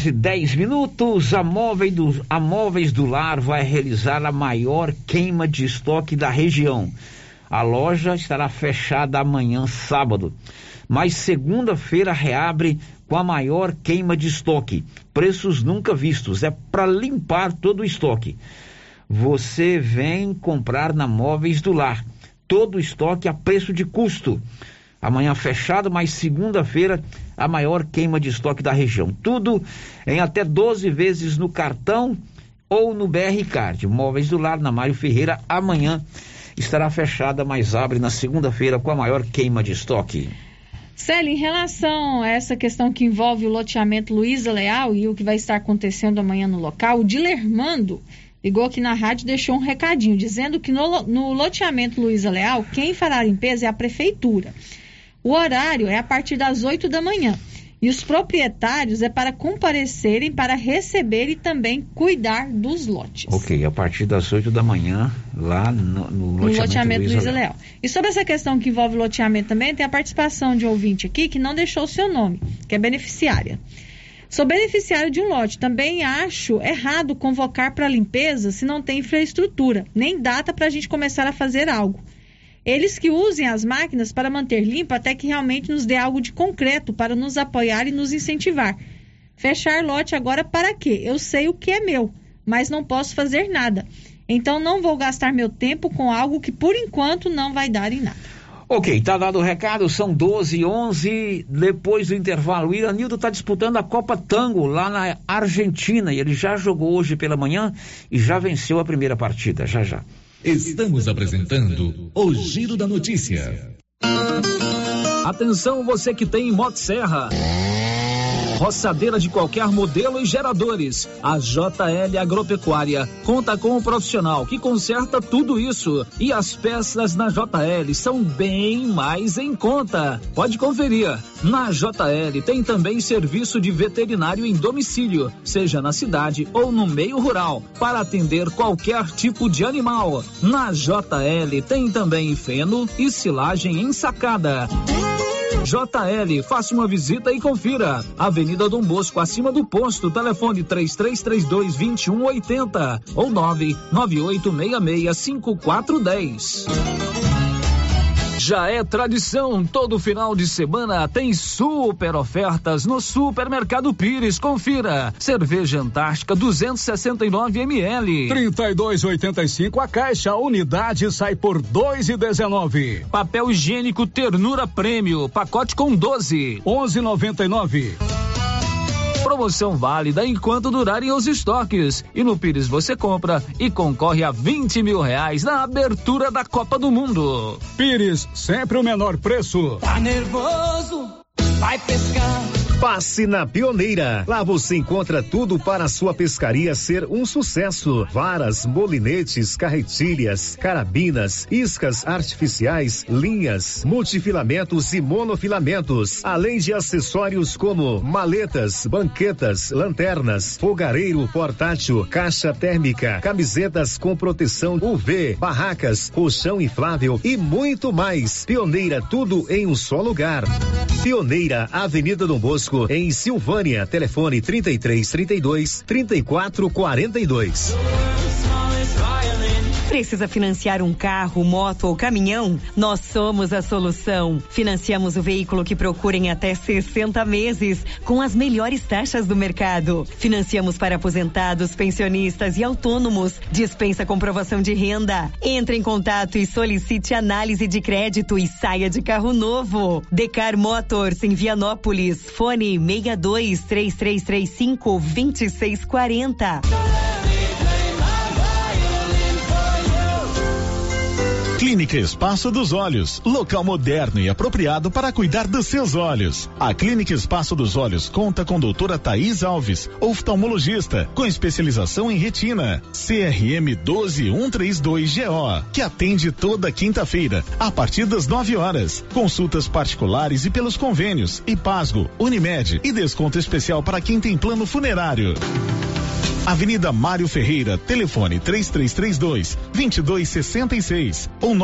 12h10. A Móveis do Lar vai realizar a maior queima de estoque da região. A loja estará fechada amanhã, sábado, mas segunda-feira reabre com a maior queima de estoque. Preços nunca vistos, é para limpar todo o estoque. Você vem comprar na Móveis do Lar, todo o estoque a preço de custo. Amanhã fechado, mas segunda-feira a maior queima de estoque da região. Tudo em até 12 vezes no cartão ou no BR Card. Móveis do Lar, na Mário Ferreira, amanhã estará fechada, mas abre na segunda-feira com a maior queima de estoque.
Célia, em relação a essa questão que envolve o loteamento Luiza Leal e o que vai estar acontecendo amanhã no local, o Dilermando ligou aqui na rádio e deixou um recadinho, dizendo que no loteamento Luiza Leal, quem fará a limpeza é a prefeitura. O horário é a partir das 8 da manhã. E os proprietários é para comparecerem para receber e também cuidar dos lotes.
Ok, a partir das 8 da manhã, lá no loteamento Luiza Leal.
E sobre essa questão que envolve o loteamento também, tem a participação de um ouvinte aqui que não deixou o seu nome, que é beneficiária. Sou beneficiário de um lote. Também acho errado convocar para limpeza se não tem infraestrutura, nem data para a gente começar a fazer algo. Eles que usem as máquinas para manter limpo até que realmente nos dê algo de concreto para nos apoiar e nos incentivar. Fechar lote agora para quê? Eu sei o que é meu, mas não posso fazer nada. Então não vou gastar meu tempo com algo que por enquanto não vai dar em nada.
Ok, tá dado o recado, são 12h11, depois do intervalo. O Iranildo está disputando a Copa Tango lá na Argentina e ele já jogou hoje pela manhã e já venceu a primeira partida, já.
Estamos apresentando o Giro da Notícia.
Atenção, você que tem motosserra, roçadeira de qualquer modelo e geradores. A JL Agropecuária conta com um profissional que conserta tudo isso. E as peças na JL são bem mais em conta. Pode conferir. Na JL tem também serviço de veterinário em domicílio, seja na cidade ou no meio rural, para atender qualquer tipo de animal. Na JL tem também feno e silagem ensacada. JL, faça uma visita e confira. Avenida Dom Bosco, acima do posto, telefone 3332-2180 ou 998665410. Já é tradição, todo final de semana tem super ofertas no Supermercado Pires. Confira. Cerveja Antártica 269 ml.
32,85 a caixa, a unidade sai por 2,19.
Papel higiênico Ternura Prêmio, pacote com 12,
11,99.
Promoção válida enquanto durarem os estoques. E no Pires você compra e concorre a R$20 mil na abertura da Copa do Mundo.
Pires, sempre o menor preço.
Tá nervoso? Vai pescar.
Passe na Pioneira. Lá você encontra tudo para a sua pescaria ser um sucesso. Varas, molinetes, carretilhas, carabinas, iscas artificiais, linhas, multifilamentos e monofilamentos. Além de acessórios como maletas, banquetas, lanternas, fogareiro portátil, caixa térmica, camisetas com proteção UV, barracas, colchão inflável e muito mais. Pioneira, tudo em um só lugar. Pioneira, Avenida Dom Bosco, em Silvânia, telefone 3332-3442.
Precisa financiar um carro, moto ou caminhão? Nós somos a solução. Financiamos o veículo que procura em até 60 meses, com as melhores taxas do mercado. Financiamos para aposentados, pensionistas e autônomos. Dispensa comprovação de renda. Entre em contato e solicite análise de crédito e saia de carro novo. Decar Motors em Vianópolis. Fone 6233352640.
Clínica Espaço dos Olhos, local moderno e apropriado para cuidar dos seus olhos. A Clínica Espaço dos Olhos conta com doutora Thaís Alves, oftalmologista, com especialização em retina, CRM 12132GO, que atende toda quinta-feira, a partir das 9 horas. Consultas particulares e pelos convênios, Ipasgo, Unimed e desconto especial para quem tem plano funerário. Avenida Mário Ferreira, telefone 3332-2266 ou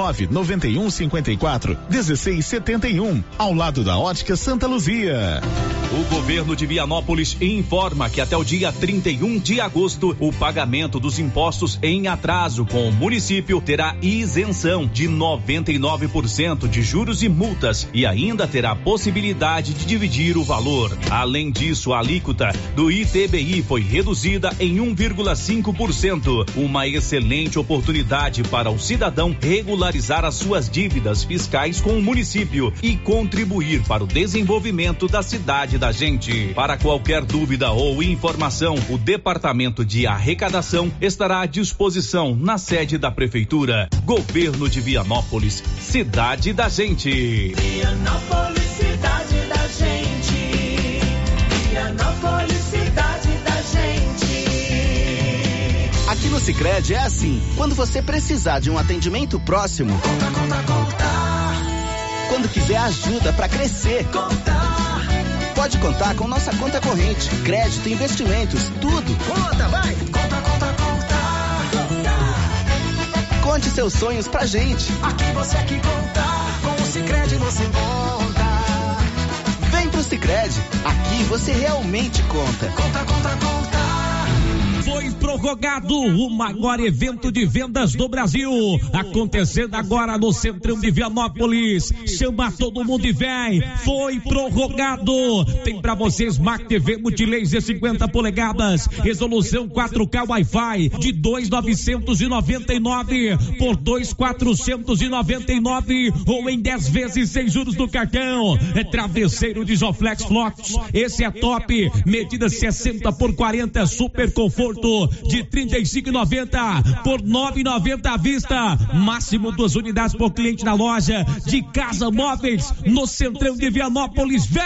99154-1671, ao lado da Ótica Santa Luzia.
O governo de Vianópolis informa que até o dia 31 de agosto, o pagamento dos impostos em atraso com o município terá isenção de 99% de juros e multas e ainda terá possibilidade de dividir o valor. Além disso, a alíquota do ITBI foi reduzida em 1,5%, uma excelente oportunidade para o cidadão regularizar as suas dívidas fiscais com o município e contribuir para o desenvolvimento da cidade da gente. Para qualquer dúvida ou informação, o Departamento de Arrecadação estará à disposição na sede da Prefeitura. Governo de Vianópolis, cidade da gente.
Vianópolis, cidade da gente. Vianópolis, cidade da gente.
Aqui no Sicredi é assim, quando você precisar de um atendimento próximo, quando quiser ajuda para crescer, pode contar com nossa conta corrente, crédito, investimentos, tudo. Conta, vai! Conta. Conte seus sonhos pra gente.
Aqui você aqui contar, com o Sicredi você conta.
Vem pro Sicredi, aqui você realmente conta.
Conta.
Foi prorrogado o maior evento de vendas do Brasil, acontecendo agora no Centrão de Vianópolis. Chama todo mundo e vem. Foi prorrogado. Tem pra você Smart TV Multilaser 50 polegadas, resolução 4K Wi-Fi de 2.999 por 2.499 ou em 10 vezes sem juros do cartão. É travesseiro de Isoflex Flox. Esse é top. Medida 60 por 40, super conforto de 35,90 por 9,90 à vista. Máximo 2 unidades por cliente na loja de Casa Móveis no Centrão de Vianópolis. Vem!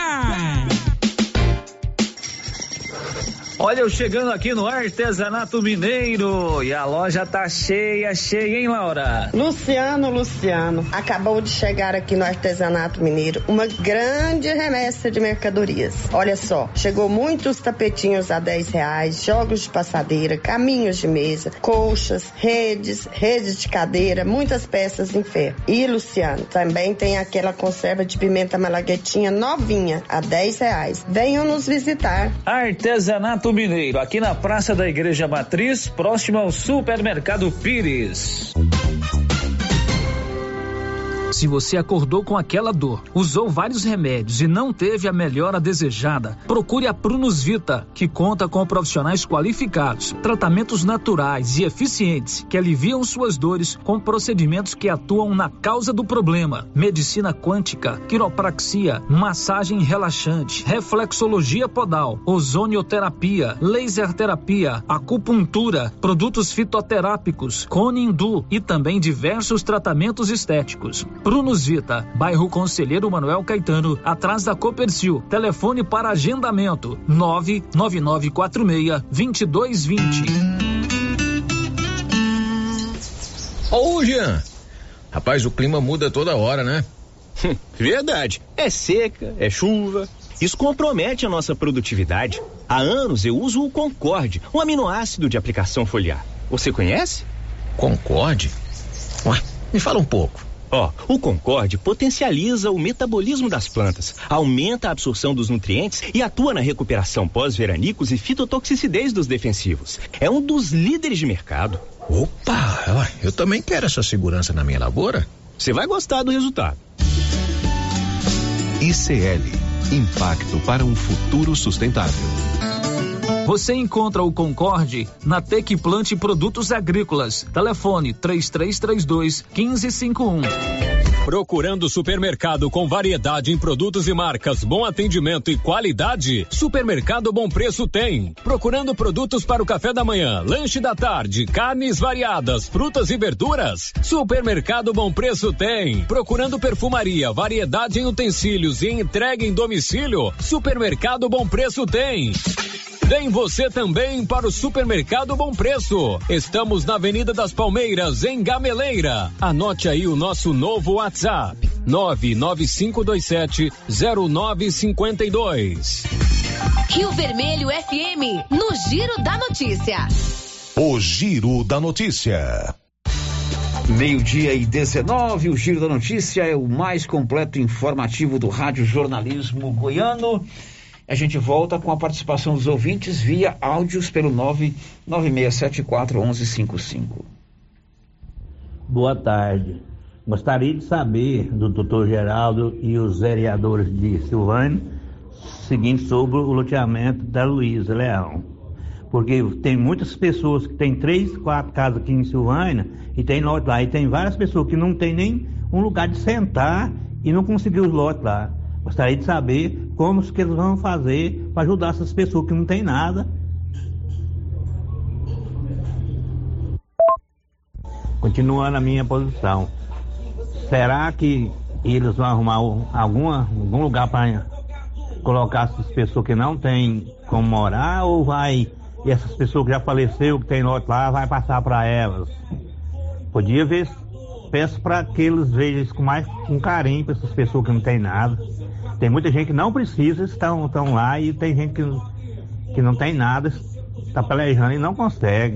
Olha, eu chegando aqui no Artesanato Mineiro e a loja tá cheia, hein, Laura?
Luciano, acabou de chegar aqui no Artesanato Mineiro uma grande remessa de mercadorias. Olha só, chegou muitos tapetinhos a R$10, jogos de passadeira, caminhos de mesa, colchas, redes de cadeira, muitas peças em ferro. E, Luciano, também tem aquela conserva de pimenta malaguetinha novinha a R$10. Venham nos visitar.
Artesanato Mineiro, aqui na Praça da Igreja Matriz, próximo ao Supermercado Pires.
Se você acordou com aquela dor, usou vários remédios e não teve a melhora desejada, procure a Prunus Vita, que conta com profissionais qualificados, tratamentos naturais e eficientes que aliviam suas dores com procedimentos que atuam na causa do problema. Medicina quântica, quiropraxia, massagem relaxante, reflexologia podal, ozonioterapia, laser terapia, acupuntura, produtos fitoterápicos, cone hindu e também diversos tratamentos estéticos. Prunus Vita, bairro Conselheiro Manuel Caetano, atrás da Copercil. Telefone para agendamento 99946-2220.
Ô, Jean, rapaz, o clima muda toda hora, né?
Verdade, é seca, é chuva, isso compromete a nossa produtividade. Há anos eu uso o Concorde, um aminoácido de aplicação foliar. Você conhece?
Concorde? Ué, me fala um pouco.
O Concorde potencializa o metabolismo das plantas, aumenta a absorção dos nutrientes e atua na recuperação pós-veranicos e fitotoxicidez dos defensivos. É um dos líderes de mercado.
Opa, eu também quero essa segurança na minha lavoura.
Você vai gostar do resultado.
ICL, Impacto para um futuro sustentável.
Você encontra o Concorde na Tec Plante Produtos Agrícolas. Telefone 3332-1551.
Procurando supermercado com variedade em produtos e marcas, bom atendimento e qualidade? Supermercado Bom Preço tem. Procurando produtos para o café da manhã, lanche da tarde, carnes variadas, frutas e verduras? Supermercado Bom Preço tem. Procurando perfumaria, variedade em utensílios e entrega em domicílio? Supermercado Bom Preço tem. Vem você também para o Supermercado Bom Preço. Estamos na Avenida das Palmeiras, em Gameleira. Anote aí o nosso novo WhatsApp: 995270952.
Rio Vermelho FM, no Giro da Notícia.
O Giro da Notícia.
12:19, o Giro da Notícia é o mais completo informativo do Rádio Jornalismo Goiano. A gente volta com a participação dos ouvintes via áudios pelo 99674-1155.
Boa tarde. Gostaria de saber do doutor Geraldo e os vereadores de Silvânia o seguinte sobre o loteamento da Luísa Leão. Porque tem muitas pessoas que têm 3, 4 casas aqui em Silvânia e tem lote lá. E tem várias pessoas que não tem nem um lugar de sentar e não conseguiu os lotes lá. Gostaria de saber como que eles vão fazer para ajudar essas pessoas que não tem nada. Continuando a minha posição. Será que eles vão arrumar algum lugar para colocar essas pessoas que não tem como morar, ou vai, e essas pessoas que já faleceram, que tem lote lá, vai passar para elas? Podia ver, peço para que eles vejam isso com carinho para essas pessoas que não tem nada. Tem muita gente que não precisa, estão lá, e tem gente que não tem nada, está pelejando e não consegue.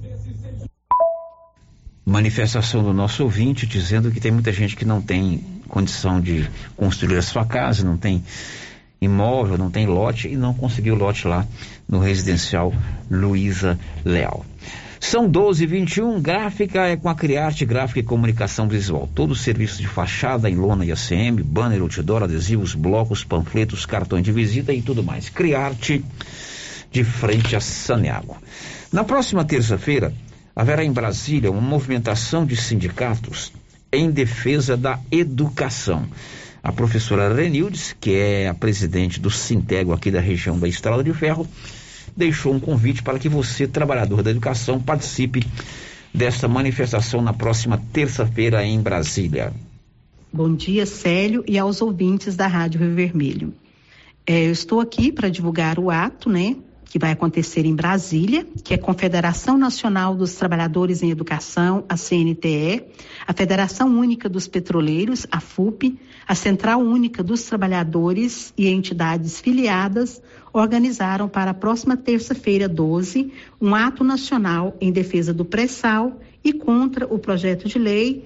Manifestação do nosso ouvinte dizendo que tem muita gente que não tem condição de construir a sua casa, não tem imóvel, não tem lote e não conseguiu lote lá no residencial Luísa Leal. São 12h21, gráfica é com a Criarte Gráfica e Comunicação Visual. Todo o serviço de fachada em lona e ACM, banner, outdoor, adesivos, blocos, panfletos, cartões de visita e tudo mais. Criarte, de frente a Saneago. Na próxima terça-feira, haverá em Brasília uma movimentação de sindicatos em defesa da educação. A professora Renildes, que é a presidente do Sintego aqui da região da Estrada de Ferro, deixou um convite para que você, trabalhador da educação, participe desta manifestação na próxima terça-feira em Brasília.
Bom dia, Célio, e aos ouvintes da Rádio Rio Vermelho. Eu estou aqui para divulgar o ato, que vai acontecer em Brasília, que é a Confederação Nacional dos Trabalhadores em Educação, a CNTE, a Federação Única dos Petroleiros, a FUP, a Central Única dos Trabalhadores e entidades filiadas organizaram para a próxima terça-feira, 12, um ato nacional em defesa do pré-sal e contra o projeto de lei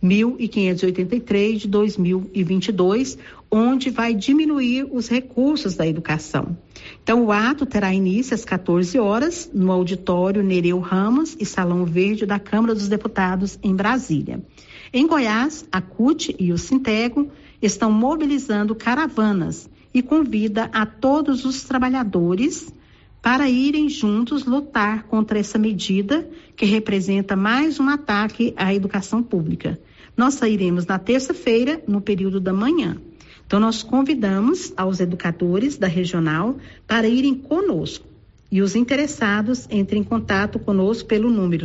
1583 de 2022, onde vai diminuir os recursos da educação. Então, o ato terá início às 14 horas no auditório Nereu Ramos e Salão Verde da Câmara dos Deputados em Brasília. Em Goiás, a CUT e o Sintego estão mobilizando caravanas e convida a todos os trabalhadores para irem juntos lutar contra essa medida que representa mais um ataque à educação pública. Nós sairemos na terça-feira, no período da manhã. Então, nós convidamos aos educadores da regional para irem conosco. E os interessados entrem em contato conosco pelo número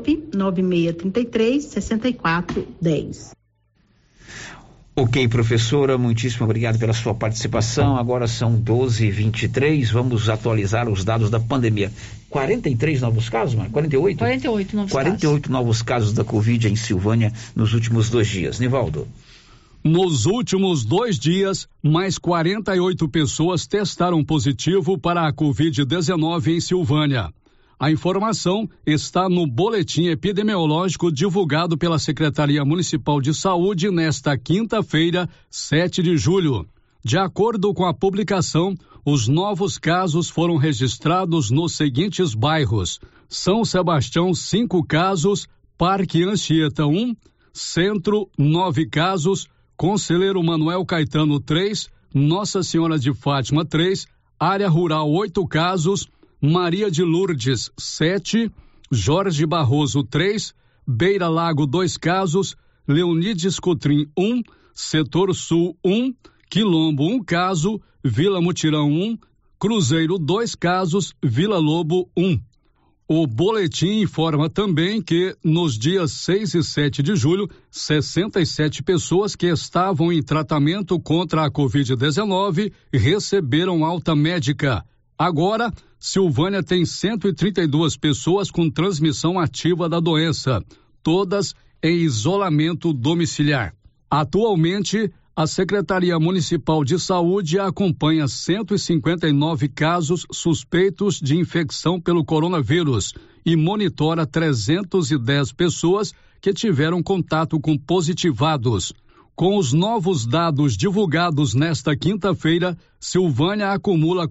99633-6410.
Ok, professora, muitíssimo obrigado pela sua participação. Agora são 12h23, vamos atualizar os dados da pandemia. 43 novos casos, Mar? 48?
48 novos
48 novos casos da Covid em Silvânia nos últimos 2 dias. Nivaldo.
Nos últimos 2 dias, mais 48 pessoas testaram positivo para a Covid-19 em Silvânia. A informação está no boletim epidemiológico divulgado pela Secretaria Municipal de Saúde nesta quinta-feira, 7 de julho. De acordo com a publicação, os novos casos foram registrados nos seguintes bairros: São Sebastião 5 casos, Parque Anchieta 1, Centro 9 casos, Conselheiro Manuel Caetano 3, Nossa Senhora de Fátima 3, Área Rural 8 casos, Maria de Lourdes 7, Jorge Barroso 3, Beira Lago 2 casos, Leonides Cotrim 1, Setor Sul 1, Quilombo 1 caso, Vila Mutirão 1, Cruzeiro 2 casos, Vila Lobo 1. O boletim informa também que nos dias 6 e 7 de julho, 67 pessoas que estavam em tratamento contra a Covid-19 receberam alta médica. Agora, Silvânia tem 132 pessoas com transmissão ativa da doença, todas em isolamento domiciliar. Atualmente, a Secretaria Municipal de Saúde acompanha 159 casos suspeitos de infecção pelo coronavírus e monitora 310 pessoas que tiveram contato com positivados. Com os novos dados divulgados nesta quinta-feira, Silvânia acumula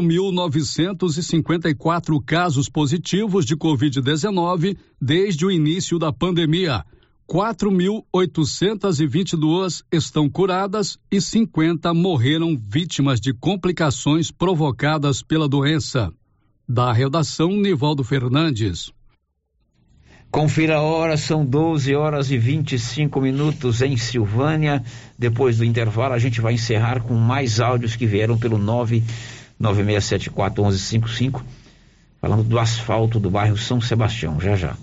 4.954 casos positivos de Covid-19 desde o início da pandemia. 4.822 estão curadas e 50 morreram vítimas de complicações provocadas pela doença. Da redação, Nivaldo Fernandes.
Confira a hora, são 12h25 em Silvânia. Depois do intervalo, a gente vai encerrar com mais áudios que vieram pelo 996741155, falando do asfalto do bairro São Sebastião. Já já.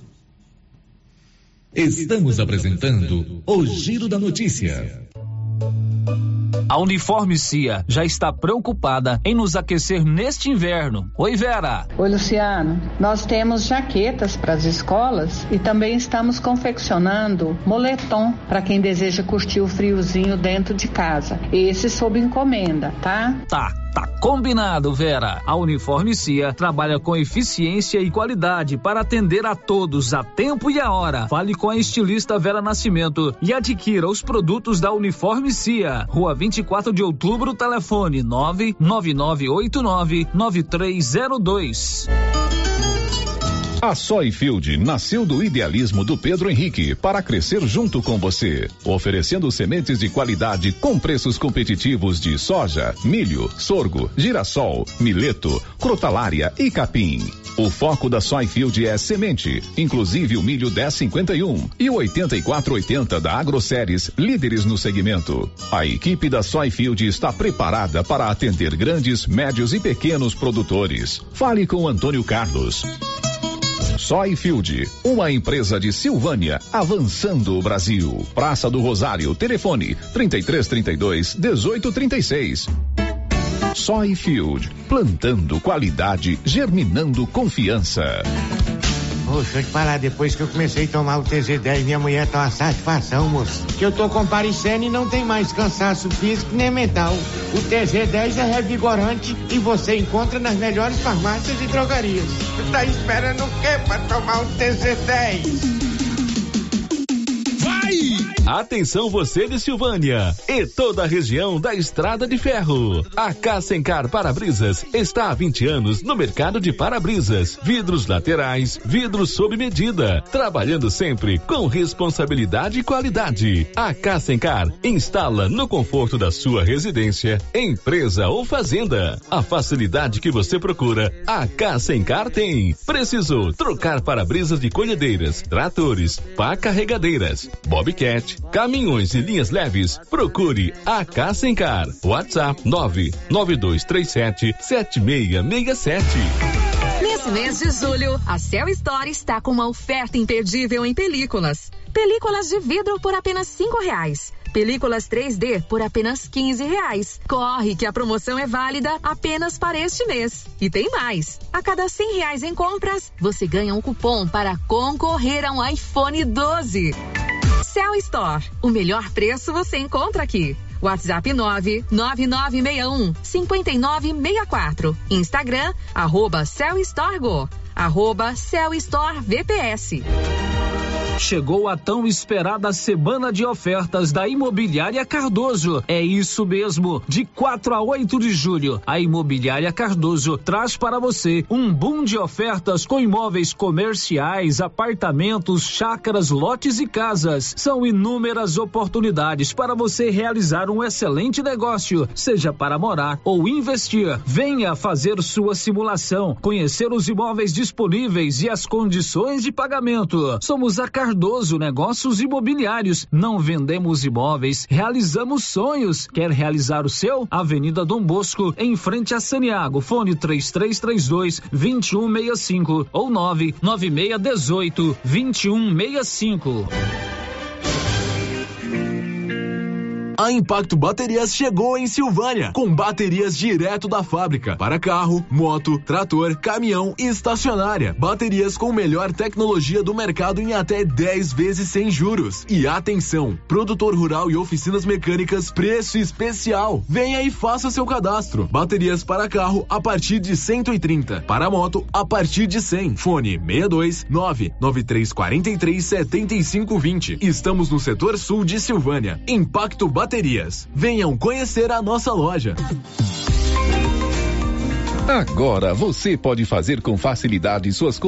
Estamos apresentando o Giro da Notícia.
A Uniforme Cia já está preocupada em nos aquecer neste inverno. Oi, Vera.
Oi, Luciano. Nós temos jaquetas para as escolas e também estamos confeccionando moletom para quem deseja curtir o friozinho dentro de casa. Esse sob encomenda, tá?
Tá combinado, Vera. A Uniforme Cia trabalha com eficiência e qualidade para atender a todos a tempo e a hora. Fale com a estilista Vera Nascimento e adquira os produtos da Uniforme Cia. Rua 24 de Outubro, telefone 99989-9302.
A Soyfield nasceu do idealismo do Pedro Henrique para crescer junto com você, oferecendo sementes de qualidade com preços competitivos de soja, milho, sorgo, girassol, mileto, crotalária e capim. O foco da Soyfield é semente, inclusive o milho 1051 e o 8480 da AgroSéries, líderes no segmento. A equipe da Soyfield está preparada para atender grandes, médios e pequenos produtores. Fale com Antônio Carlos. Soyfield, uma empresa de Silvânia, avançando o Brasil. Praça do Rosário, telefone 3332-1836. Soyfield, plantando qualidade, germinando confiança.
Poxa, deixa eu te falar, depois que eu comecei a tomar o TZ10, minha mulher tá uma satisfação, moço. Que eu tô comparecendo e não tem mais cansaço físico nem mental. O TZ10 é revigorante e você encontra nas melhores farmácias e drogarias. Você tá esperando o quê pra tomar o TZ10?
Atenção você de Silvânia e toda a região da Estrada de Ferro. A Cassencar Para-Brisas está há 20 anos no mercado de para-brisas, vidros laterais, vidros sob medida, trabalhando sempre com responsabilidade e qualidade. A Cassencar instala no conforto da sua residência, empresa ou fazenda. A facilidade que você procura, a Cassencar tem. Precisou trocar para-brisas de colhedeiras, tratores, pá carregadeiras, bobcat, caminhões e linhas leves? Procure a Cassencar. WhatsApp 99237-7667.
Nesse mês de julho, a Cell Store está com uma oferta imperdível em películas. Películas de vidro por apenas R$5. Películas 3D por apenas R$15. Corre que a promoção é válida apenas para este mês. E tem mais. A cada R$100 em compras, você ganha um cupom para concorrer a um iPhone 12. Cell Store. O melhor preço você encontra aqui. WhatsApp 99961-5964. Instagram, @CellStoreGo, @CellStoreVPS.
Chegou a tão esperada semana de ofertas da Imobiliária Cardoso. É isso mesmo, de 4 a 8 de julho, a Imobiliária Cardoso traz para você um boom de ofertas com imóveis comerciais, apartamentos, chácaras, lotes e casas. São inúmeras oportunidades para você realizar um excelente negócio, seja para morar ou investir. Venha fazer sua simulação, conhecer os imóveis disponíveis e as condições de pagamento. Somos a Cardoso Negócios Imobiliários. Não vendemos imóveis, realizamos sonhos. Quer realizar o seu? Avenida Dom Bosco, em frente a Saniago. Fone 3332-2165 ou 99618-2165.
A Impacto Baterias chegou em Silvânia, com baterias direto da fábrica, para carro, moto, trator, caminhão e estacionária. Baterias com melhor tecnologia do mercado em até 10 vezes sem juros. E atenção, produtor rural e oficinas mecânicas, preço especial. Venha e faça seu cadastro. Baterias para carro a partir de 130, para moto a partir de 100. Fone 62993437520. Estamos no setor sul de Silvânia. Impacto Baterias. Venham conhecer a nossa loja.
Agora você pode fazer com facilidade suas